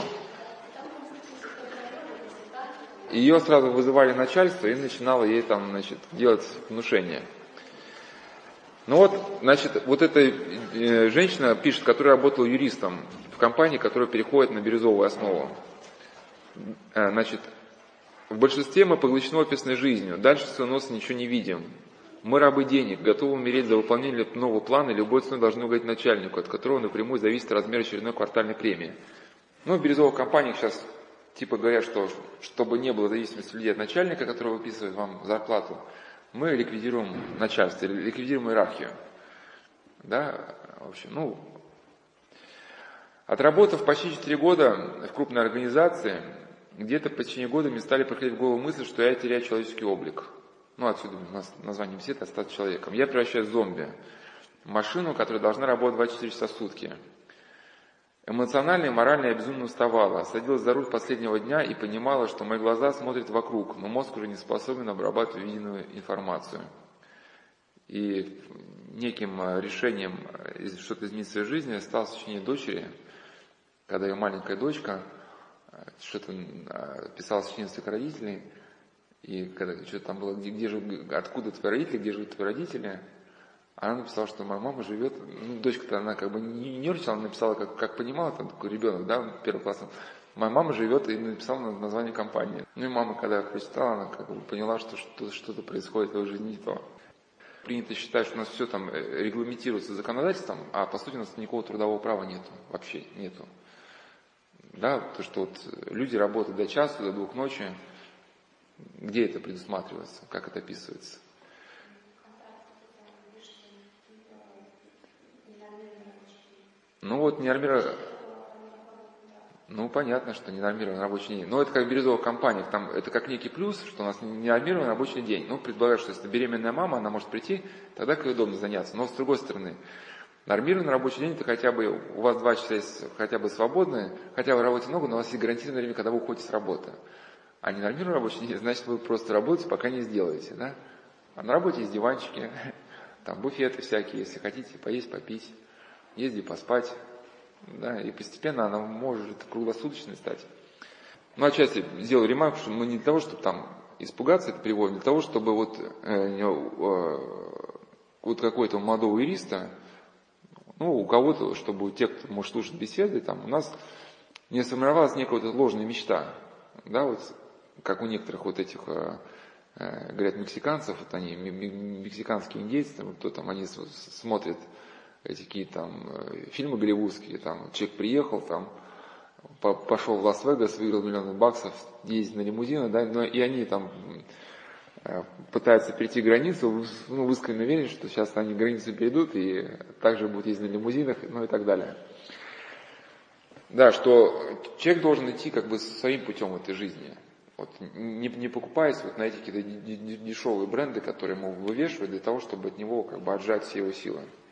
ее сразу вызывали начальство и начинало ей там, значит, делать внушение. Ну вот, значит, вот эта э, женщина пишет, которая работала юристом в компании, которая переходит на бирюзовую основу. Э, значит, в большинстве мы поглощены офисной жизнью, дальше своего носа ничего не видим. Мы рабы денег, готовы умереть за выполнение нового плана, и любой ценой должны угодить начальнику, от которого напрямую зависит размер очередной квартальной премии. Ну, в бирюзовых компаниях сейчас типа говорят, что чтобы не было зависимости людей от начальника, который выписывает вам зарплату, мы ликвидируем начальство, ликвидируем иерархию. Да, в общем, ну, отработав почти четыре года в крупной организации, где-то по течение года мне стали приходить в голову мысль, что я теряю человеческий облик. Ну, отсюда название беседы «Остаться человеком». Я превращаюсь в зомби, машину, которая должна работать двадцать четыре часа в сутки. Эмоционально и морально я безумно уставала, садилась за руль последнего дня и понимала, что мои глаза смотрят вокруг, но мозг уже не способен обрабатывать виденную информацию. И неким решением что-то изменить в своей жизни стало сочинение дочери, когда ее маленькая дочка что-то писала сочинение своих родителей, и когда что-то там было, где, где же, откуда твои родители, где живут твои родители, она написала, что моя мама живет, ну, дочка-то она как бы не нервничала, она написала, как, как понимала, там такой ребенок, да, первоклассный, моя мама живет, и написала название компании. Ну и мама, когда прочитала, она как бы поняла, что что-то, что-то происходит в ее жизни не то. Принято считать, что у нас все там регламентируется законодательством, а по сути у нас никакого трудового права нету, вообще нету. Да, то, что вот люди работают до часу, до двух ночи, где это предусматривается, как это описывается? Ну вот ненормированный, ну понятно, что ненормированный рабочий день. Но это как в бирюзовых компаниях, там это как некий плюс, что у нас ненормированный рабочий день. Ну, предполагаю, что если беременная мама, она может прийти, тогда как ей удобно заняться. Но с другой стороны, нормированный рабочий день, это хотя бы у вас два часа есть хотя бы свободные, хотя вы работаете много, но у вас есть гарантированное время, когда вы уходите с работы. А ненормированный рабочий день, значит, вы просто работаете, пока не сделаете, да? А на работе есть диванчики, там буфеты всякие, если хотите поесть, попить. Езди поспать, да, и постепенно она может круглосуточной стать. Ну, отчасти сделаю ремарку, что мы не для того, чтобы там испугаться, это приводим, для того, чтобы вот, э, э, вот какой-то молодого юриста, ну, у кого-то, чтобы у тех, кто может слушать беседы, там, у нас не сформировалась некая вот ложная мечта, да, вот, как у некоторых вот этих, э, э, говорят, мексиканцев, вот они, мексиканские индейцы, там, кто там, они смотрят эти какие там фильмы голливудские, там человек приехал, там пошел в Лас-Вегас, выиграл миллионы баксов, ездит на лимузины, да, но и они там пытаются перейти границу, ну, в искренне верят, что сейчас они границу перейдут и также будут ездить на лимузинах, ну и так далее. Да, что человек должен идти как бы своим путем в этой жизни. Вот, не, не покупаясь вот на эти какие-то дешевые бренды, которые ему вывешивают для того, чтобы от него как бы отжать все его силы.